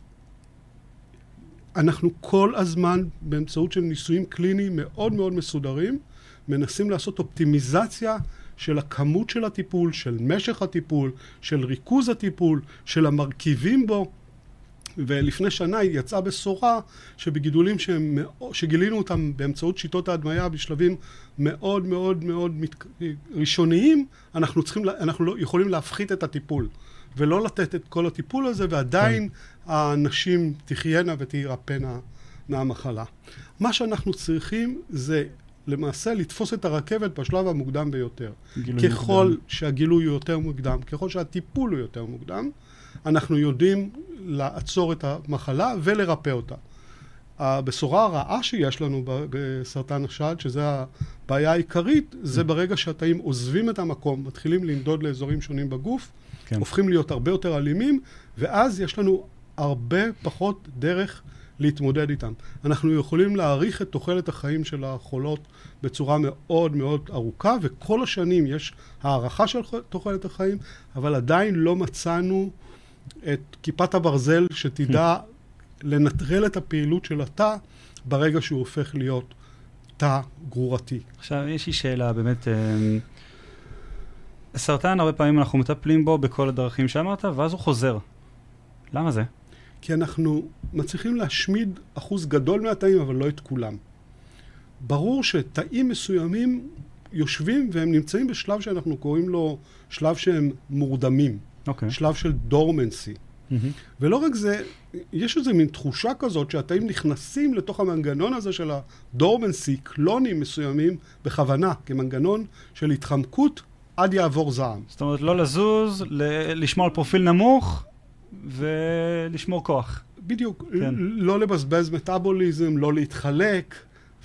Speaker 4: אנחנו כל הזמן, באמצעות של ניסויים קליניים מאוד מאוד מסודרים, מנסים לעשות אופטימיזציה של הכמות של הטיפול, של משך הטיפול, של ריכוז הטיפול, של המרכיבים בו. ולפני שנה יצאה בשורה שבגידולים שהם, שגילינו אותם באמצעות שיטות ההדמיה בשלבים מאוד מאוד מאוד מת, ראשוניים, אנחנו צריכים, אנחנו לא, יכולים להפחית את הטיפול, ולא לתת את כל הטיפול הזה, ועדיין כן. האנשים תחיינה ותירפנה מהמחלה. מה שאנחנו צריכים זה למעשה לתפוס את הרכבת בשלב המוקדם ביותר. ככל מוקדם. שהגילוי הוא יותר מוקדם, ככל שהטיפול הוא יותר מוקדם, אנחנו יודעים לעצור את המחלה ולרפא אותה. הבשורה הרעה שיש לנו בסרטן השד, שזו הבעיה העיקרית, זה ברגע שהתאים עוזבים את המקום, מתחילים לנדוד לאזורים שונים בגוף, כן. הופכים להיות הרבה יותר אלימים, ואז יש לנו הרבה פחות דרך להתמודד איתם. אנחנו יכולים להאריך את תוחלת החיים של החולות בצורה מאוד מאוד ארוכה, וכל השנים יש הערכה של תוחלת החיים, אבל עדיין לא מצאנו את כיפת הברזל שתדע לנטרל את הפעילות של התא ברגע שהוא הופך להיות תא גרורתי.
Speaker 3: עכשיו, יש לי שאלה, באמת, הסרטן, הרבה פעמים אנחנו מטפלים בו בכל הדרכים שאמרת, ואז הוא חוזר. למה זה?
Speaker 4: כי אנחנו מצליחים להשמיד אחוז גדול מהתאים, אבל לא את כולם. ברור שתאים מסוימים יושבים והם נמצאים בשלב שאנחנו קוראים לו שלב שהם מורדמים. Okay. שלב של דורמנסי. Mm-hmm. ולא רק זה, יש איזו מין תחושה כזאת שהתאים נכנסים לתוך המנגנון הזה של הדורמנסי, קלונים מסוימים, בכוונה, כמנגנון של התחמקות עד יעבור זעם.
Speaker 3: זאת אומרת, לא לזוז, ל- לשמור על פרופיל נמוך ולשמור כוח.
Speaker 4: בדיוק. כן. לא לבזבז מטאבוליזם, לא להתחלק,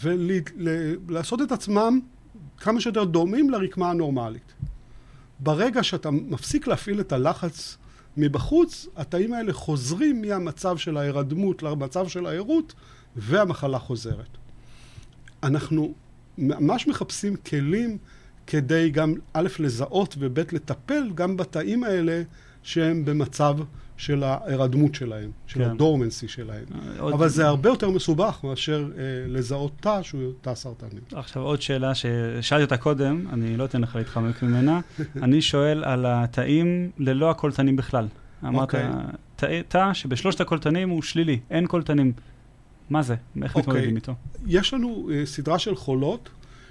Speaker 4: ולעשות את עצמם כמה שיותר דומים לרקמה הנורמלית. ברגע שאתה מפסיק להפעיל את הלחץ מבחוץ, התאים האלה חוזרים מהמצב של ההירדמות למצב של העירות, והמחלה חוזרת. אנחנו ממש מחפשים כלים כדי גם א' לזהות וב' לטפל גם בתאים האלה שהם במצב של ההירדמות שלהם, של כן. הדורמנסי שלהם. עוד... אבל זה הרבה יותר מסובך מאשר אה, לזהות תא שהוא תא סרטני. עכשיו
Speaker 3: עוד שאלה ששאלתי אותה קודם, אני לא אתן לך להתחמק ממנה, אני שואל על התאים ללא הקולטנים בכלל. אמרת, okay. תא, תא שבשלושת הקולטנים הוא שלילי, אין קולטנים. מה זה? איך okay. מתמודדים איתו?
Speaker 4: יש לנו uh, סדרה של חולות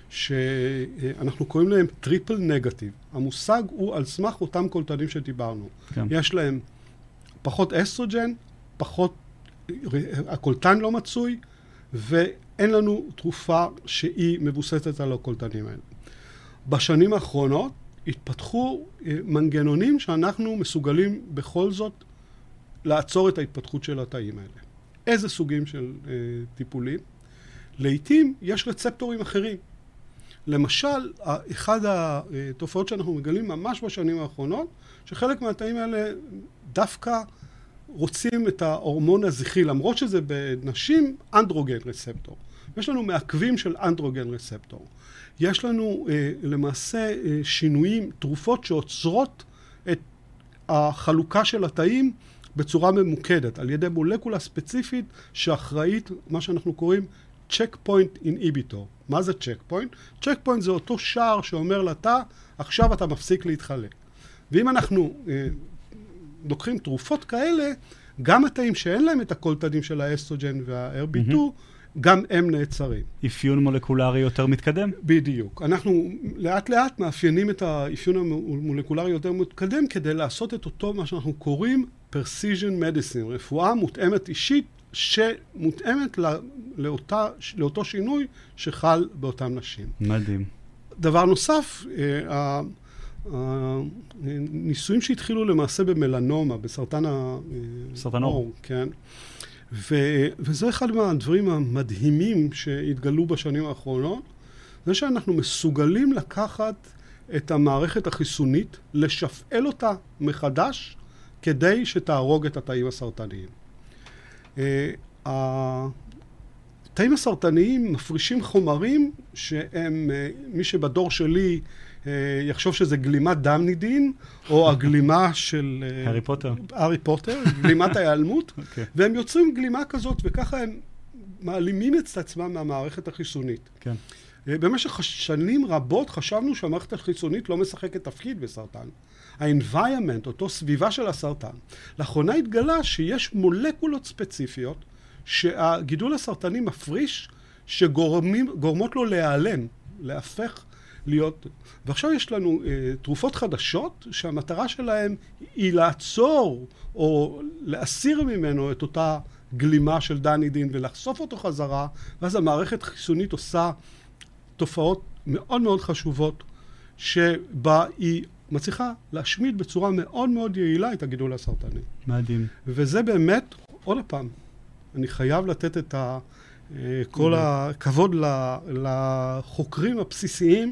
Speaker 4: שאנחנו uh, קוראים להם טריפל נגטיב. המושג הוא על סמך אותם קולטנים שדיברנו. כן. יש להם פחות אסטרוג'ן, פחות, הקולטן לא מצוי, ואין לנו תרופה שהיא מבוססת על הקולטנים האלה. בשנים האחרונות התפתחו מנגנונים שאנחנו מסוגלים בכל זאת לעצור את ההתפתחות של התאים האלה. איזה סוגים של אה, טיפולים? לעתים יש רצפטורים אחרים. למשל, אחד התופעות שאנחנו מגלים ממש בשנים האחרונות, שחלק מהתאים האלה דווקא רוצים את ההורמון הזכרי, למרות שזה בנשים אנדרוגן רספטור. יש לנו מעכבים של אנדרוגן רספטור. יש לנו אה, למעשה אה, שינויים, תרופות שעוצרות את החלוקה של התאים בצורה ממוקדת, על ידי מולקולה ספציפית שאחראית, מה שאנחנו קוראים checkpoint inhibitor. מה זה checkpoint? checkpoint זה אותו שער שאומר לתא, עכשיו אתה מפסיק להתחלק. ואם אנחנו אה, לוקחים תרופות כאלה, גם התאים שאין להם את הקולטנים של האסטרוגן וה-אר בי טו, mm-hmm. גם הם נעצרים.
Speaker 3: אפיון מולקולרי יותר מתקדם?
Speaker 4: בדיוק. אנחנו לאט לאט מאפיינים את האפיון המולקולרי יותר מתקדם, כדי לעשות את אותו, מה שאנחנו קוראים precision medicine, רפואה מותאמת אישית, שמותאמת לא, לאותה, לאותו שינוי שחל באותם נשים.
Speaker 3: מדהים.
Speaker 4: דבר נוסף, אה, הניסויים שהתחילו למעשה במלנומה, בסרטן
Speaker 3: העור,
Speaker 4: כן. ו- וזה אחד מהדברים המדהימים שהתגלו בשנים האחרונות, זה שאנחנו מסוגלים לקחת את המערכת החיסונית, לשפעל אותה מחדש, כדי שתהרוג את התאים הסרטניים. התאים הסרטניים מפרישים חומרים שהם, מי שבדור שלי יחשוב שזה גלימת דמנידין, או הגלימה של
Speaker 3: הארי פוטר.
Speaker 4: הארי פוטר, גלימת ההיעלמות, okay. והם יוצרים גלימה כזאת, וככה הם מעלימים את עצמם מהמערכת החיסונית.
Speaker 3: כן.
Speaker 4: במשך שנים רבות חשבנו שהמערכת החיסונית לא משחקת תפקיד בסרטן. ה-environment, אותו סביבה של הסרטן. לאחרונה התגלה שיש מולקולות ספציפיות שהגידול הסרטני מפריש, שגורמות לו להיעלם, להפך להיות... ועכשיו יש לנו אה, תרופות חדשות שהמטרה שלהן היא לעצור או להסיר ממנו את אותה גלימה של דנידין ולחשוף אותו חזרה, ואז המערכת החיסונית עושה תופעות מאוד מאוד חשובות, שבה היא מצליחה להשמיד בצורה מאוד מאוד יעילה את הגידול הסרטני.
Speaker 3: מדהים.
Speaker 4: וזה באמת, עוד פעם, אני חייב לתת את ה, כל הכבוד לחוקרים הבסיסיים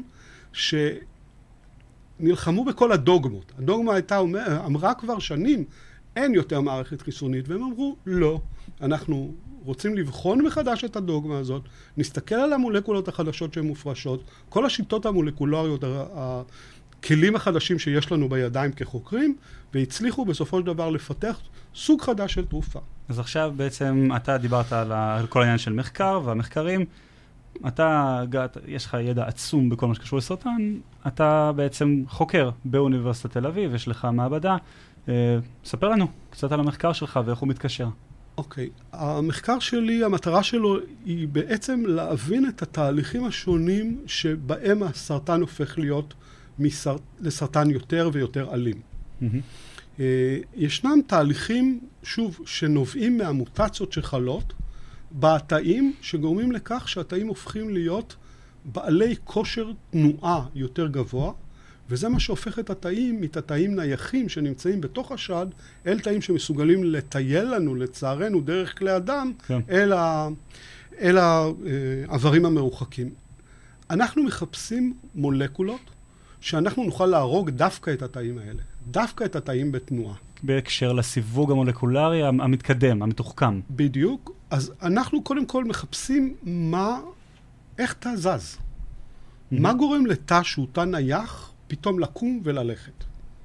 Speaker 4: שנלחמו בכל הדוגמות. הדוגמה הייתה, אמרה כבר שנים, אין יותר מערכת חיסונית, והם אמרו, לא, אנחנו רוצים לבחון מחדש את הדוגמה הזאת, נסתכל על המולקולות החדשות שהן מופרשות, כל השיטות המולקולריות, הכלים החדשים שיש לנו בידיים כחוקרים, והצליחו בסופו של דבר לפתח סוג חדש של תרופה.
Speaker 3: אז עכשיו בעצם אתה דיברת על כל העניין של מחקר והמחקרים, אתה, יש לך ידע עצום בכל מה שקשור לסרטן, אתה בעצם חוקר באוניברסיטת תל אביב, יש לך מעבדה, ספר לנו קצת על המחקר שלך ואיך הוא מתקשר.
Speaker 4: אוקיי, okay. המחקר שלי, המטרה שלו היא בעצם להבין את התהליכים השונים שבהם הסרטן הופך להיות מסר... לסרטן יותר ויותר אלים. Mm-hmm. Uh, ישנם תהליכים, שוב, שנובעים מהמוטציות שחלות בתאים, שגורמים לכך שהתאים הופכים להיות בעלי כושר תנועה יותר גבוה, וזה מה שהופך את התאים, מתאים נייחים שנמצאים בתוך השד, אל תאים שמסוגלים לטייל לנו, לצערנו, דרך כלי הדם, כן. אל, ה, אל העברים המרוחקים. אנחנו מחפשים מולקולות שאנחנו נוכל להרוג דווקא את התאים האלה, דווקא את התאים בתנועה.
Speaker 3: בהקשר לסיווג המולקולרי המתקדם, המתוחכם.
Speaker 4: בדיוק. אז אנחנו קודם כל מחפשים מה, איך תא זז. Mm-hmm. מה גורם לתא שהוא תא נייח, פתאום לקום וללכת.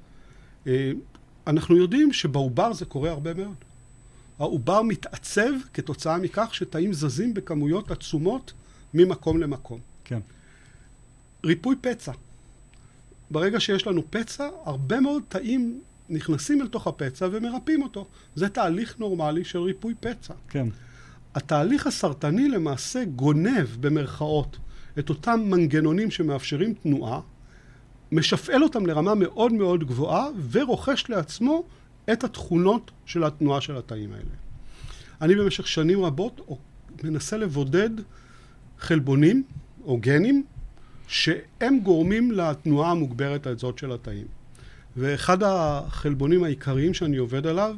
Speaker 4: אנחנו יודעים שבעובר זה קורה הרבה מאוד. העובר מתעצב כתוצאה מכך שתאים זזים בכמויות עצומות ממקום למקום.
Speaker 3: כן.
Speaker 4: ריפוי פצע. ברגע שיש לנו פצע, הרבה מאוד תאים נכנסים אל תוך הפצע ומרפאים אותו. זה תהליך נורמלי של ריפוי פצע.
Speaker 3: כן.
Speaker 4: התהליך הסרטני למעשה גונב במרכאות את אותם מנגנונים שמאפשרים תנועה, משפעל אותם לרמה מאוד מאוד גבוהה, ורוכש לעצמו את התכונות של התנועה של התאים האלה. אני במשך שנים רבות מנסה לבודד חלבונים או גנים, שהם גורמים לתנועה המוגברת הזאת של התאים. ואחד החלבונים העיקריים שאני עובד עליו,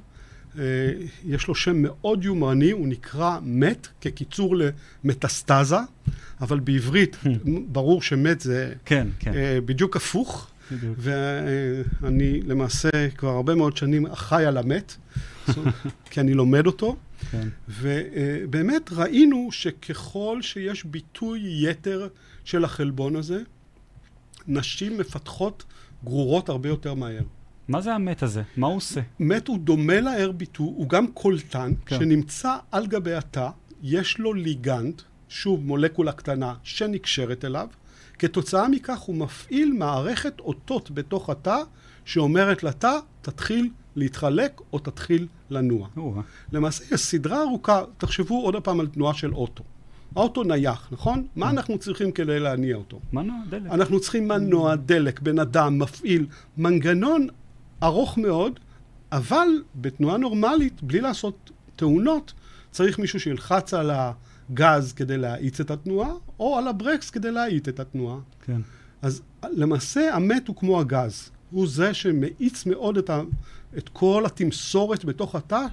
Speaker 4: יש לו שם מאוד יומרני, הוא נקרא מת, כקיצור למטסטזה, אבל בעברית ברור שמת זה
Speaker 3: כן, כן.
Speaker 4: בדיוק הפוך.
Speaker 3: בדיוק.
Speaker 4: ואני למעשה כבר הרבה מאוד שנים חי על המת, כי אני לומד אותו.
Speaker 3: כן.
Speaker 4: ובאמת ראינו שככל שיש ביטוי יתר של החלבון הזה, נשים מפתחות גרורות הרבה יותר מהר.
Speaker 3: מה זה המת הזה? מה הוא עושה?
Speaker 4: מת הוא דומה להר ביטוי, הוא גם קולטן,
Speaker 3: כן.
Speaker 4: שנמצא על גבי התא, יש לו ליגנד, שוב מולקולה קטנה שנקשרת אליו, כתוצאה מכך הוא מפעיל מערכת אותות בתוך התא, שאומרת לתא, תתחיל להתחלק או תתחיל לנוע.
Speaker 3: או.
Speaker 4: למעשה יש סדרה ארוכה, תחשבו עוד פעם על תנועה של אוטו. האוטו נייח, נכון? מה אנחנו צריכים כדי להניע אותו?
Speaker 3: מנוע דלק.
Speaker 4: אנחנו צריכים מנוע דלק, בן אדם, מפעיל, מנגנון ארוך מאוד, אבל בתנועה נורמלית, בלי לעשות תאונות, צריך מישהו שילחץ על הגז כדי להאיץ את התנועה, או על הברקס כדי להאיט את התנועה.
Speaker 3: כן.
Speaker 4: אז למעשה המת הוא כמו הגז. הוא זה שמאיץ מאוד את, ה, את כל התמסורת בתוך התא,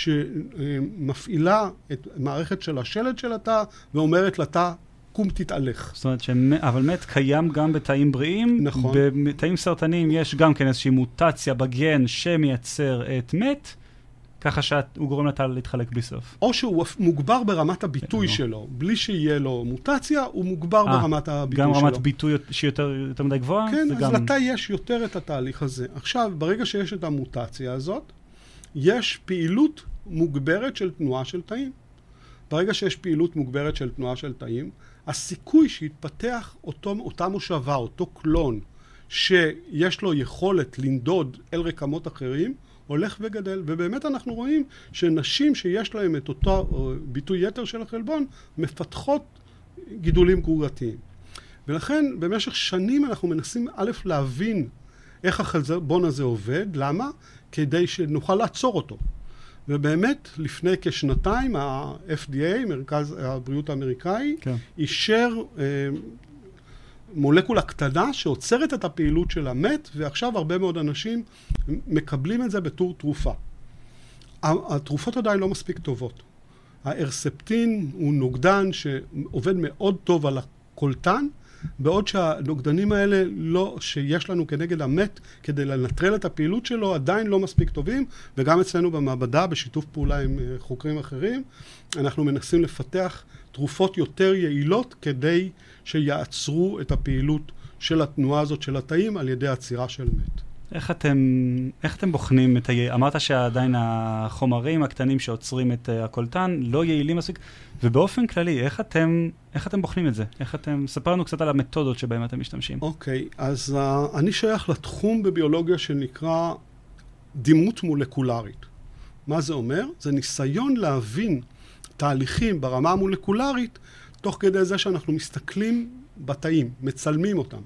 Speaker 4: שמפעילה את מערכת של השלד של התא, ואומרת לתא, קום תתהלך.
Speaker 3: זאת אומרת, שמ... אבל מת קיים גם בתאים בריאים.
Speaker 4: נכון.
Speaker 3: בתאים סרטניים יש גם כן איזושהי מוטציה בגן שמייצר את מת, ככה שהוא גורם לתא להתחלק בלי סוף.
Speaker 4: או שהוא מוגבר ברמת הביטוי לא. שלו. בלי שיהיה לו מוטציה, הוא מוגבר 아, ברמת הביטוי
Speaker 3: גם
Speaker 4: שלו.
Speaker 3: גם רמת ביטוי שהיא יותר, יותר מדי גבוהה?
Speaker 4: כן, אז
Speaker 3: גם...
Speaker 4: לתא יש יותר את התהליך הזה. עכשיו, ברגע שיש את המוטציה הזאת, יש פעילות מוגברת של תנועה של תאים. ברגע שיש פעילות מוגברת של תנועה של תאים, הסיכוי שיתפתח אותו, אותה מושבה, אותו קלון, שיש לו יכולת לנדוד אל רקמות אחרים, הולך וגדל. ובאמת אנחנו רואים שנשים שיש להם את אותו ביטוי יתר של החלבון, מפתחות גידולים גרורתיים. ולכן במשך שנים אנחנו מנסים א' להבין איך החלבון הזה עובד, למה? כדי שנוכל לעצור אותו. ובאמת לפני כשנתיים ה-אף די איי, מרכז הבריאות האמריקאי, כן. אישר אה, מולקולה קטנה שעוצרת את הפעילות של המת, ועכשיו הרבה מאוד אנשים מקבלים את זה בתור תרופה. התרופות עדיין לא מספיק טובות. הארספטין הוא נוגדן שעובד מאוד טוב על הקולטן, בעוד שהנוגדנים האלה לא, שיש לנו כנגד המת כדי לנטרל את הפעילות שלו, עדיין לא מספיק טובים, וגם אצלנו במעבדה, בשיתוף פעולה עם חוקרים אחרים, אנחנו מנסים לפתח תרופות יותר יעילות כדי שיעצרו את הפעילות של התנועה הזאת של התאים על ידי עצירה של מת.
Speaker 3: איך אתם, איך אתם בוחנים את ה... אמרת שעדיין החומרים הקטנים שעוצרים את הקולטן לא יעילים מספיק, ובאופן כללי, איך אתם, איך אתם בוחנים את זה? איך אתם... ספר לנו קצת על המתודות שבהם אתם משתמשים.
Speaker 4: אוקיי, okay, אז uh, אני שייך לתחום בביולוגיה שנקרא דימות מולקולרית. מה זה אומר? זה ניסיון להבין תהליכים ברמה המולקולרית, תוך כדי זה שאנחנו מסתכלים בתאים, מצלמים אותם.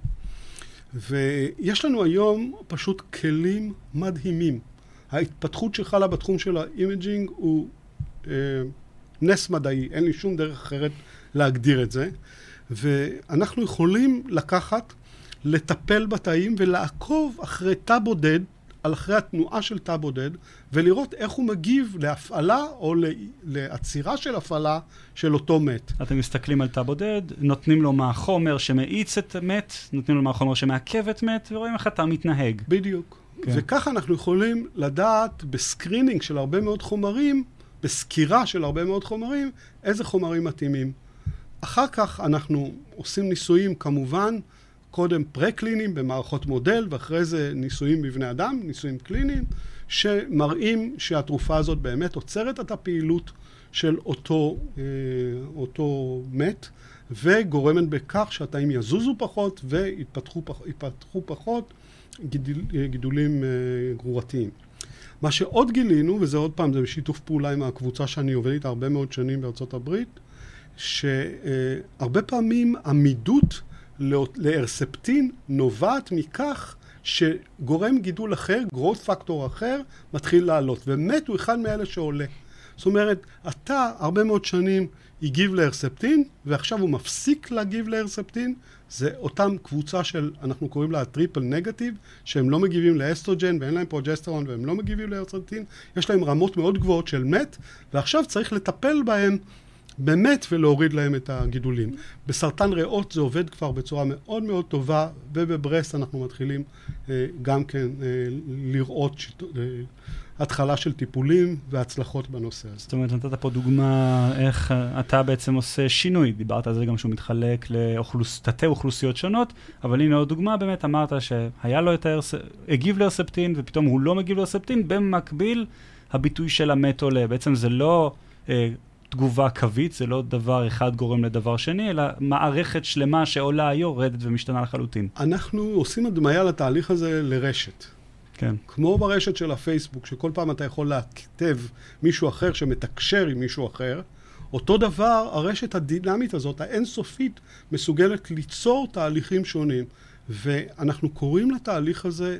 Speaker 4: ויש לנו היום פשוט כלים מדהימים. ההתפתחות שחלה בתחום של האימג'ינג הוא אה, נס מדעי, אין לי שום דרך אחרת להגדיר את זה. ואנחנו יכולים לקחת, לטפל בתאים ולעקוב אחרי תא בודד, על אחרי התנועה של תא בודד, ולראות איך הוא מגיב להפעלה או לעצירה של הפעלה של אותו מת.
Speaker 3: אתם מסתכלים על תא בודד, נותנים לו מה החומר שמאיץ את מת, נותנים לו מה החומר שמעכב את מת, ורואים איך התא מתנהג.
Speaker 4: בדיוק. כן. וככה אנחנו יכולים לדעת בסקרינינג של הרבה מאוד חומרים, בסקירה של הרבה מאוד חומרים, איזה חומרים מתאימים. אחר כך אנחנו עושים ניסויים כמובן, קודם פרה-קליניים במערכות מודל, ואחרי זה ניסויים בבני אדם, ניסויים קליניים, שמראים שהתרופה הזאת באמת עוצרת את הפעילות של אותו, אה, אותו מת, וגורמת בכך שהתאים יזוזו פחות ויתפתחו פח, יתפתחו פחות גידול, גידולים אה, גרורתיים. מה שעוד גילינו, וזה עוד פעם, זה בשיתוף פעולה עם הקבוצה שאני עובד איתה הרבה מאוד שנים בארצות הברית, שהרבה פעמים עמידות לארספטין נובעת מכך שגורם גידול אחר, growth factor אחר, מתחיל לעלות. ומת הוא אחד מאלה שעולה. זאת אומרת, אתה הרבה מאוד שנים הגיב לארספטין, ועכשיו הוא מפסיק להגיב לארספטין. זה אותם קבוצה של, אנחנו קוראים לה טריפל נגטיב, שהם לא מגיבים לאסטרוג'ן, ואין להם פרוג'סטרון, והם לא מגיבים לארספטין. יש להם רמות מאוד גבוהות של מת, ועכשיו צריך לטפל בהם באמת ולהוריד להם את הגידולים. בסרטן ריאות זה עובד כבר בצורה מאוד מאוד טובה, ובברסט אנחנו מתחילים אה, גם כן אה, לראות שיט... אה, התחלה של טיפולים והצלחות בנושא הזה.
Speaker 3: זאת אומרת, נתת פה דוגמה איך אתה בעצם עושה שינוי. דיברת על זה גם שהוא מתחלק לאוכלוס... תתי אוכלוסיות שונות, אבל הנה עוד דוגמה, באמת אמרת שהיה לו את הארס... הגיב לארספטין, ופתאום הוא לא מגיב לארספטין, במקביל הביטוי של המת עולה. בעצם זה לא... אה, תגובה קווית, זה לא דבר אחד גורם לדבר שני, אלא מערכת שלמה שעולה יורדת ומשתנה לחלוטין.
Speaker 4: אנחנו עושים הדמיה לתהליך הזה לרשת.
Speaker 3: כן.
Speaker 4: כמו ברשת של הפייסבוק, שכל פעם אתה יכול לכתב מישהו אחר שמתקשר עם מישהו אחר, אותו דבר, הרשת הדינמית הזאת, האינסופית, מסוגלת ליצור תהליכים שונים. ואנחנו קוראים לתהליך הזה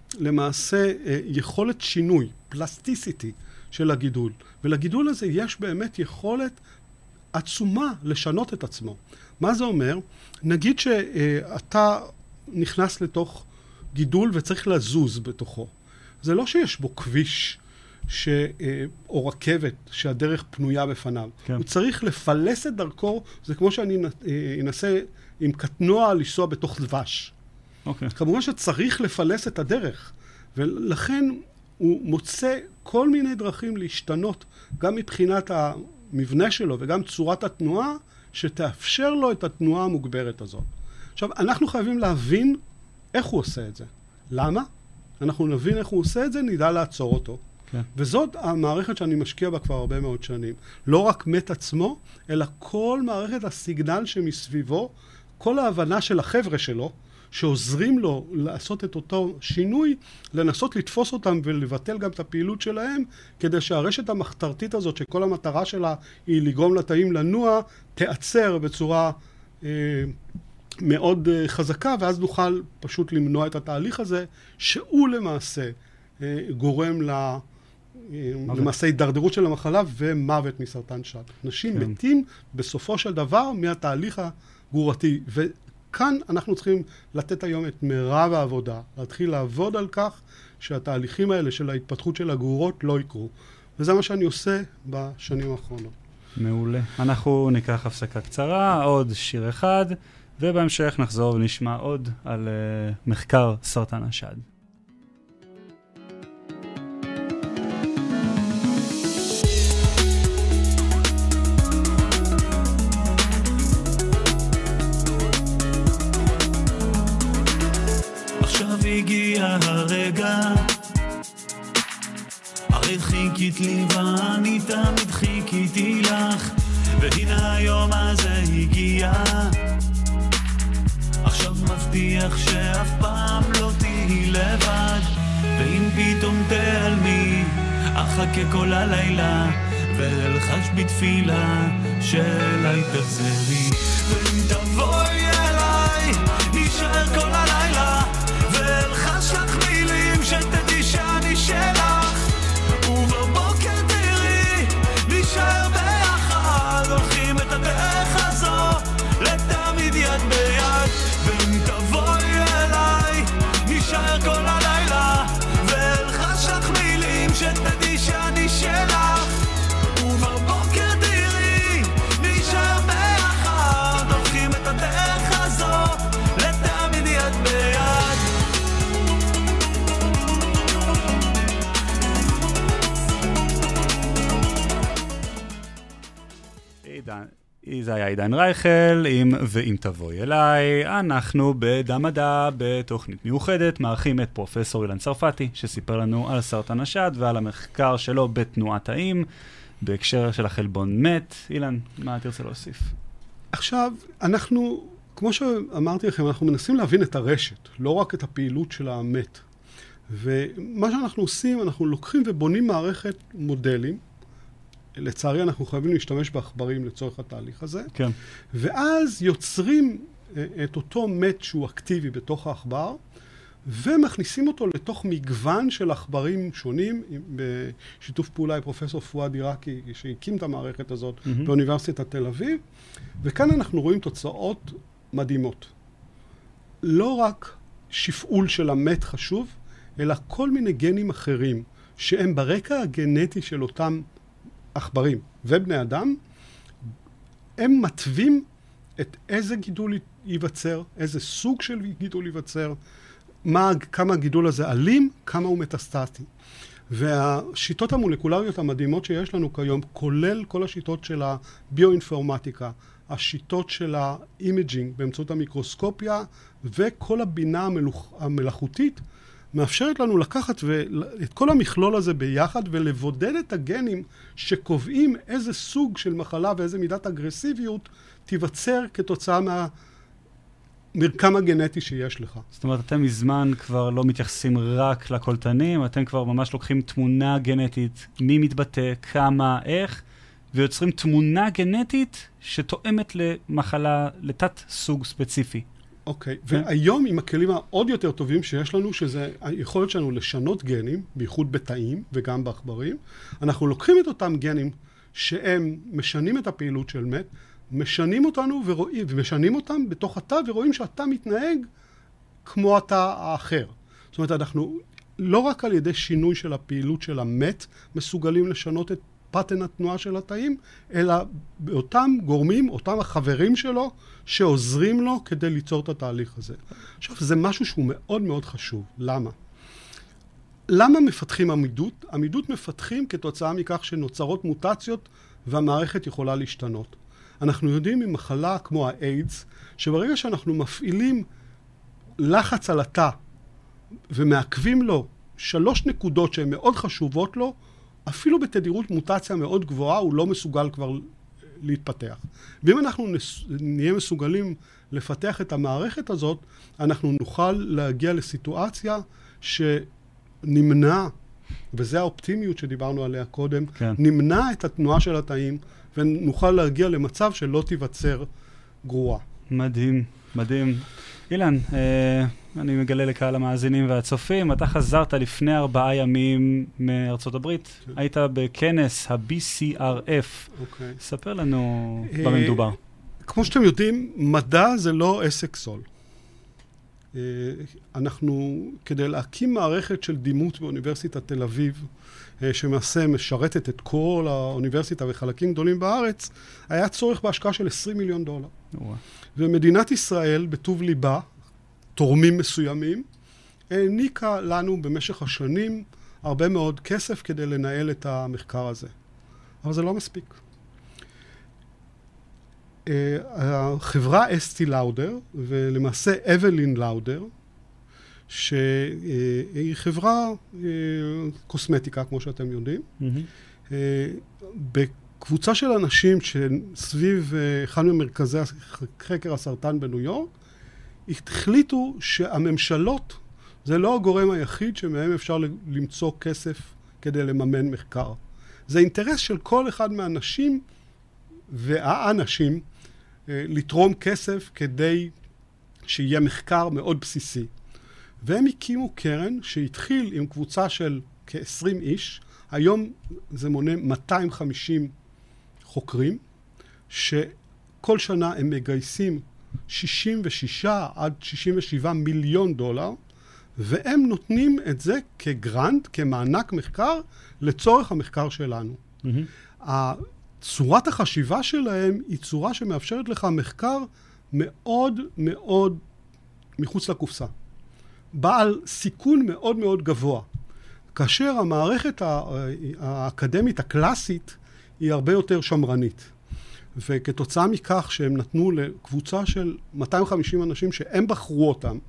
Speaker 4: למעשה יכולת שינוי, פלסטיסיטי, של הגידול. ולגידול הזה יש באמת יכולת עצומה לשנות את עצמו. מה זה אומר? נגיד שאתה נכנס לתוך גידול וצריך לזוז בתוכו. זה לא שיש בו כביש ש... או רכבת שהדרך פנויה בפניו. כן. הוא צריך לפלס את דרכו, זה כמו שאני אנסה עם קטנוע לנסוע בתוך דבש.
Speaker 3: אוקיי.
Speaker 4: כמובן שצריך לפלס את הדרך. ולכן הוא מוצא כל מיני דרכים להשתנות, גם מבחינת המבנה שלו וגם צורת התנועה, שתאפשר לו את התנועה המוגברת הזאת. עכשיו, אנחנו חייבים להבין איך הוא עושה את זה. למה? אנחנו נבין איך הוא עושה את זה, נדע לעצור אותו.
Speaker 3: כן.
Speaker 4: וזאת המערכת שאני משקיע בה כבר הרבה מאוד שנים. לא רק מת עצמו, אלא כל מערכת הסיגנל שמסביבו, כל ההבנה של החבר'ה שלו, שעוזרים לו לעשות את אותו שינוי, לנסות לתפוס אותם ולבטל גם את הפעילות שלהם, כדי שהרשת המחתרתית הזאת, שכל המטרה שלה היא לגרום לתאים לנוע, תיעצר בצורה אה, מאוד אה, חזקה, ואז נוכל פשוט למנוע את התהליך הזה, שהוא למעשה אה, גורם ל... אה, למעשה הידרדרות של המחלה ומוות מסרטן שד. אנשים כן. מתים בסופו של דבר מהתהליך הגרורתי, ו... כאן אנחנו צריכים לתת היום את מרב העבודה, להתחיל לעבוד על כך שהתהליכים האלה של ההתפתחות של הגרורות לא יקרו. וזה מה שאני עושה בשנים האחרונות.
Speaker 3: מעולה. אנחנו ניקח הפסקה קצרה, עוד שיר אחד, ובהמשך נחזור ונשמע עוד על uh, מחקר סרטן השד.
Speaker 5: הגיע הרגע, הרי חיכית לי ואני תמיד חיכיתי לך, והנה היום הזה הגיע. עכשיו מבטיח שאף פעם לא תהי לבד, ואם פתאום תעלמי אחכה כל הלילה ואלחש בתפילה שאליי תחזרי, ואם תבואי אליי נשאר כל הלילה ואלחש לך מילים שתדעי שאני שלך, ובבוקר תראי נשאר ביחד, הולכים את הדרך הזו לתמיד יד ביד, ואם תבואי אליי נשאר כל הלילה ואלחש לך מילים שתדעי שאני שלך, ובבוקר תראי נשאר ביחד, הולכים את הדרך הזו לתמיד יד ביד.
Speaker 3: זה היה עידן רייכל, עם ואם תבואי אליי. אנחנו בדם מדע בתוכנית מיוחדת מארחים את פרופסור אילן צרפתי, שסיפר לנו על סרטן השד ועל המחקר שלו בתנועת תאים בהקשר של החלבון מת. אילן, מה תרצה להוסיף?
Speaker 4: עכשיו, אנחנו, כמו שאמרתי לכם, אנחנו מנסים להבין את הרשת, לא רק את הפעילות של המת. ומה שאנחנו עושים, אנחנו לוקחים ובונים מערכת מודלים, לצערי אנחנו חייבים להשתמש בעכברים לצורך התהליך הזה. כן. ואז יוצרים את אותו מת שהוא אקטיבי בתוך העכבר, ומכניסים אותו לתוך מגוון של עכברים שונים, בשיתוף פעולה עם פרופסור פואד עיראקי, שהקים את המערכת הזאת mm-hmm. באוניברסיטת תל אביב, וכאן אנחנו רואים תוצאות מדהימות. לא רק שפעול של המת חשוב, אלא כל מיני גנים אחרים, שהם ברקע הגנטי של אותם עכברים ובני אדם, הם מטבים את איזה גידול ייווצר, איזה סוג של גידול ייווצר, מה, כמה הגידול הזה אלים, כמה הוא מטסטטי. והשיטות המולקולריות המדהימות שיש לנו כיום, כולל כל השיטות של הביואינפורמטיקה, השיטות של האימג'ינג באמצעות המיקרוסקופיה, וכל הבינה המלוכ... המלאכותית, מאפשרת לנו לקחת את כל המכלול הזה ביחד ולבודד את הגנים שקובעים איזה סוג של מחלה ואיזה מידת אגרסיביות תיווצר כתוצאה מהמרקם הגנטי שיש לך.
Speaker 3: זאת אומרת, אתם מזמן כבר לא מתייחסים רק לקולטנים, אתם כבר ממש לוקחים תמונה גנטית, מי מתבטא, כמה, איך, ויוצרים תמונה גנטית שתואמת למחלה, לתת סוג ספציפי.
Speaker 4: אוקיי, okay. והיום עם הכלים העוד יותר טובים שיש לנו, שזה היכולת שלנו לשנות גנים, בייחוד בתאים וגם בעכברים, אנחנו לוקחים את אותם גנים שהם משנים את הפעילות של מת, משנים אותנו ורואים, ומשנים אותם בתוך התא ורואים שהתא מתנהג כמו התא האחר. זאת אומרת, אנחנו לא רק על ידי שינוי של הפעילות של המת מסוגלים לשנות את פטרן התנועה של התאים, אלא באותם גורמים, אותם החברים שלו, שעוזרים לו כדי ליצור את התהליך הזה. עכשיו, זה משהו שהוא מאוד מאוד חשוב. למה? למה מפתחים עמידות? עמידות מפתחים כתוצאה מכך שנוצרות מוטציות והמערכת יכולה להשתנות. אנחנו יודעים ממחלה כמו האיידס, שברגע שאנחנו מפעילים לחץ על התא ומעכבים לו שלוש נקודות שהן מאוד חשובות לו, אפילו בתדירות מוטציה מאוד גבוהה, הוא לא מסוגל כבר להתפתח. ואם אנחנו נהיה מסוגלים לפתח את המערכת הזאת, אנחנו נוכל להגיע לסיטואציה שנמנע, וזה האופטימיות שדיברנו עליה קודם, כן. נמנע את התנועה של התאים, ונוכל להגיע למצב שלא תיווצר גרועה.
Speaker 3: מדהים, מדהים. אילן, אה, אני מגלה לקהל המאזינים והצופים, אתה חזרת לפני ארבעה ימים מארצות הברית, כן. היית בכנס ה-בי סי אר אף. אוקיי. ספר לנו אה, במה מדובר.
Speaker 4: כמו שאתם יודעים, מדע זה לא עסק סול. אה, אנחנו, כדי להקים מערכת של דימות באוניברסיטת תל אביב, אה, שמעשה משרתת את כל האוניברסיטה וחלקים גדולים בארץ, היה צורך בהשקעה של עשרים מיליון דולר. וואו. ומדינת ישראל, בטוב ליבה, תורמים מסוימים, העניקה לנו במשך השנים הרבה מאוד כסף כדי לנהל את המחקר הזה. אבל זה לא מספיק. החברה אסטי לאודר, ולמעשה אבלין לאודר, שהיא חברה קוסמטיקה, כמו שאתם יודעים, mm-hmm. בקבוצה של אנשים שסביב אחד ממרכזי חקר הסרטן בניו יורק, החליטו שהממשלות זה לא הגורם היחיד שמהם אפשר למצוא כסף כדי לממן מחקר. זה אינטרס של כל אחד מהאנשים והאנשים לתרום כסף כדי שיהיה מחקר מאוד בסיסי. והם הקימו קרן שהתחיל עם קבוצה של כ-עשרים איש, היום זה מונה מאתיים וחמישים חוקרים, שכל שנה הם מגייסים שישים ושישה עד שישים ושבעה מיליון דולר, והם נותנים את זה כגרנט, כמענק מחקר, לצורך המחקר שלנו. Mm-hmm. צורת החשיבה שלהם היא צורה שמאפשרת לך מחקר מאוד מאוד מחוץ לקופסה. בעל סיכון מאוד מאוד גבוה. כאשר המערכת האקדמית הקלאסית היא הרבה יותר שמרנית. וכתוצאה מכך שהם נתנו לקבוצה של מאתיים וחמישים אנשים שהם בחרו אותם,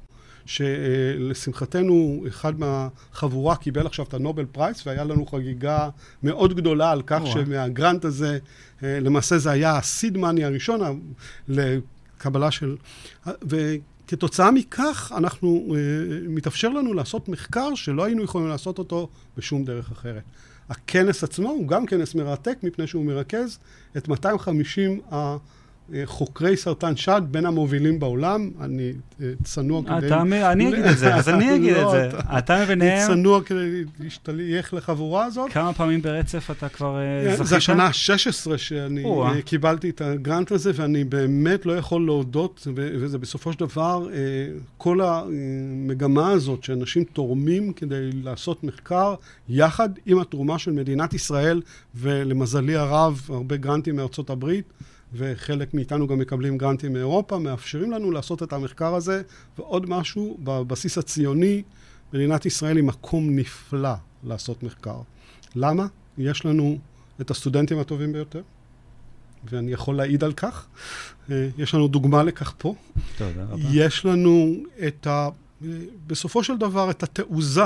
Speaker 4: שלשמחתנו אחד מהחבורה קיבל עכשיו את הנובל פרייס, והיה לנו חגיגה מאוד גדולה על כך שמהגרנט הזה, למעשה זה היה הסיד מאני הראשון לקבלה של... וכתוצאה מכך אנחנו, מתאפשר לנו לעשות מחקר שלא היינו יכולים לעשות אותו בשום דרך אחרת. הכנס עצמו הוא גם כנס מרתק, מפני שהוא מרכז את מאתיים וחמישים חוקרי סרטן שד בין המובילים בעולם. אני צנוע כדי...
Speaker 3: אני אגיד את זה, אז אני אגיד את זה. אתה מביניהם...
Speaker 4: צנוע כדי להשתייך לחבורה הזאת.
Speaker 3: כמה פעמים ברצף אתה כבר זכית?
Speaker 4: זה השנה ה-שש עשרה שאני קיבלתי את הגרנט הזה, ואני באמת לא יכול להודות, וזה בסופו של דבר, כל המגמה הזאת שאנשים תורמים כדי לעשות מחקר, יחד עם התרומה של מדינת ישראל, ולמזלי הרב, הרבה גרנטים מארצות הברית, וחלק מאיתנו גם מקבלים גרנטים מאירופה, מאפשרים לנו לעשות את המחקר הזה, ועוד משהו, בבסיס הציוני, מדינת ישראל היא מקום נפלא לעשות מחקר. למה? יש לנו את הסטודנטים הטובים ביותר, ואני יכול להעיד על כך. יש לנו דוגמה לכך פה.
Speaker 3: תודה רבה.
Speaker 4: יש לנו את ה... בסופו של דבר, את התעוזה,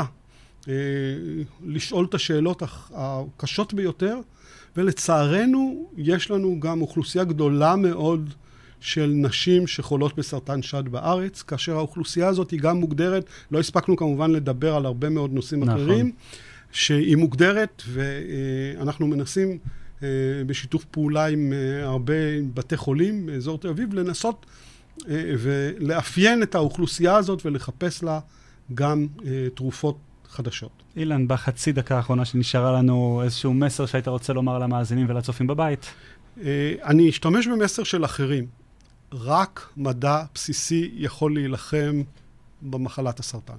Speaker 4: לשאול את השאלות הקשות ביותר, ולצערנו יש לנו גם אוכלוסייה גדולה מאוד של נשים שחולות בסרטן שד בארץ, כאשר האוכלוסייה הזאת היא גם מוגדרת, לא הספקנו כמובן לדבר על הרבה מאוד נושאים נכון. אחרים, שהיא מוגדרת, ואנחנו מנסים בשיתוף פעולה עם הרבה בתי חולים באזור תל אביב, לנסות ולאפיין את האוכלוסייה הזאת ולחפש לה גם תרופות חדשות.
Speaker 3: אילן, בחצי דקה האחרונה שנשארה לנו איזשהו מסר שהיית רוצה לומר למאזינים ולצופים בבית.
Speaker 4: אני אשתמש במסר של אחרים. רק מדע בסיסי יכול להילחם במחלת הסרטן.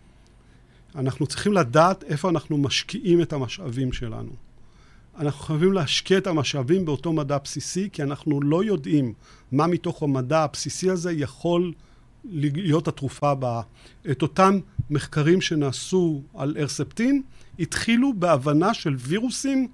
Speaker 4: אנחנו צריכים לדעת איפה אנחנו משקיעים את המשאבים שלנו. אנחנו חייבים להשקיע את המשאבים באותו מדע בסיסי, כי אנחנו לא יודעים מה מתוך המדע הבסיסי הזה יכול להיות התרופה הבאה. את אותם מחקרים שנעשו על הרספטין, התחילו בהבנה של וירוסים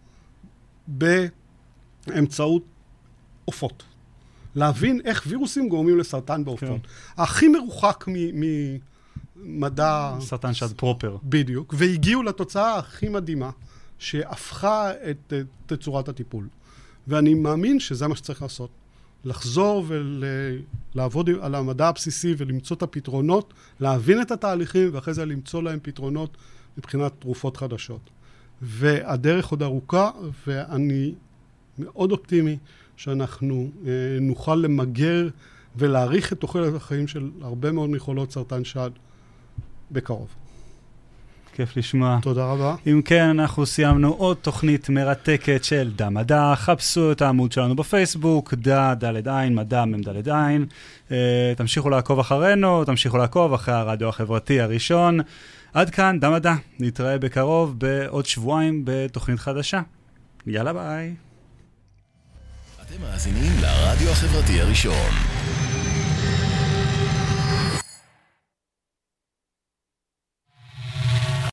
Speaker 4: באמצעות עופות. להבין איך וירוסים גורמים לסרטן בעופות. כן. הכי מרוחק מדע...
Speaker 3: סרטן שד פרופר.
Speaker 4: בדיוק, והגיעו לתוצאה הכי מדהימה, שהפכה את תצורת הטיפול. ואני מאמין שזה מה שצריך לעשות. לחזור ולעבוד על המדע הבסיסי ולמצוא את הפתרונות, להבין את התהליכים ואחרי זה למצוא להם פתרונות מבחינת תרופות חדשות. והדרך עוד ארוכה, ואני מאוד אופטימי שאנחנו אה, נוכל למגר ולהאריך את תוחלת החיים של הרבה מאוד מחולות סרטן שד בקרוב.
Speaker 3: כיף לשמוע.
Speaker 4: תודה רבה.
Speaker 3: אם כן, אנחנו סיימנו עוד תוכנית מרתקת של דה מדע. חפשו את העמוד שלנו בפייסבוק, דה דלת עין, מדע ממדלת עין. אה, תמשיכו לעקוב אחרינו, תמשיכו לעקוב אחרי הרדיו החברתי הראשון. עד כאן, דה מדע. נתראה בקרוב בעוד שבועיים בתוכנית חדשה. יאללה ביי.
Speaker 1: אתם מאזינים לרדיו החברתי הראשון.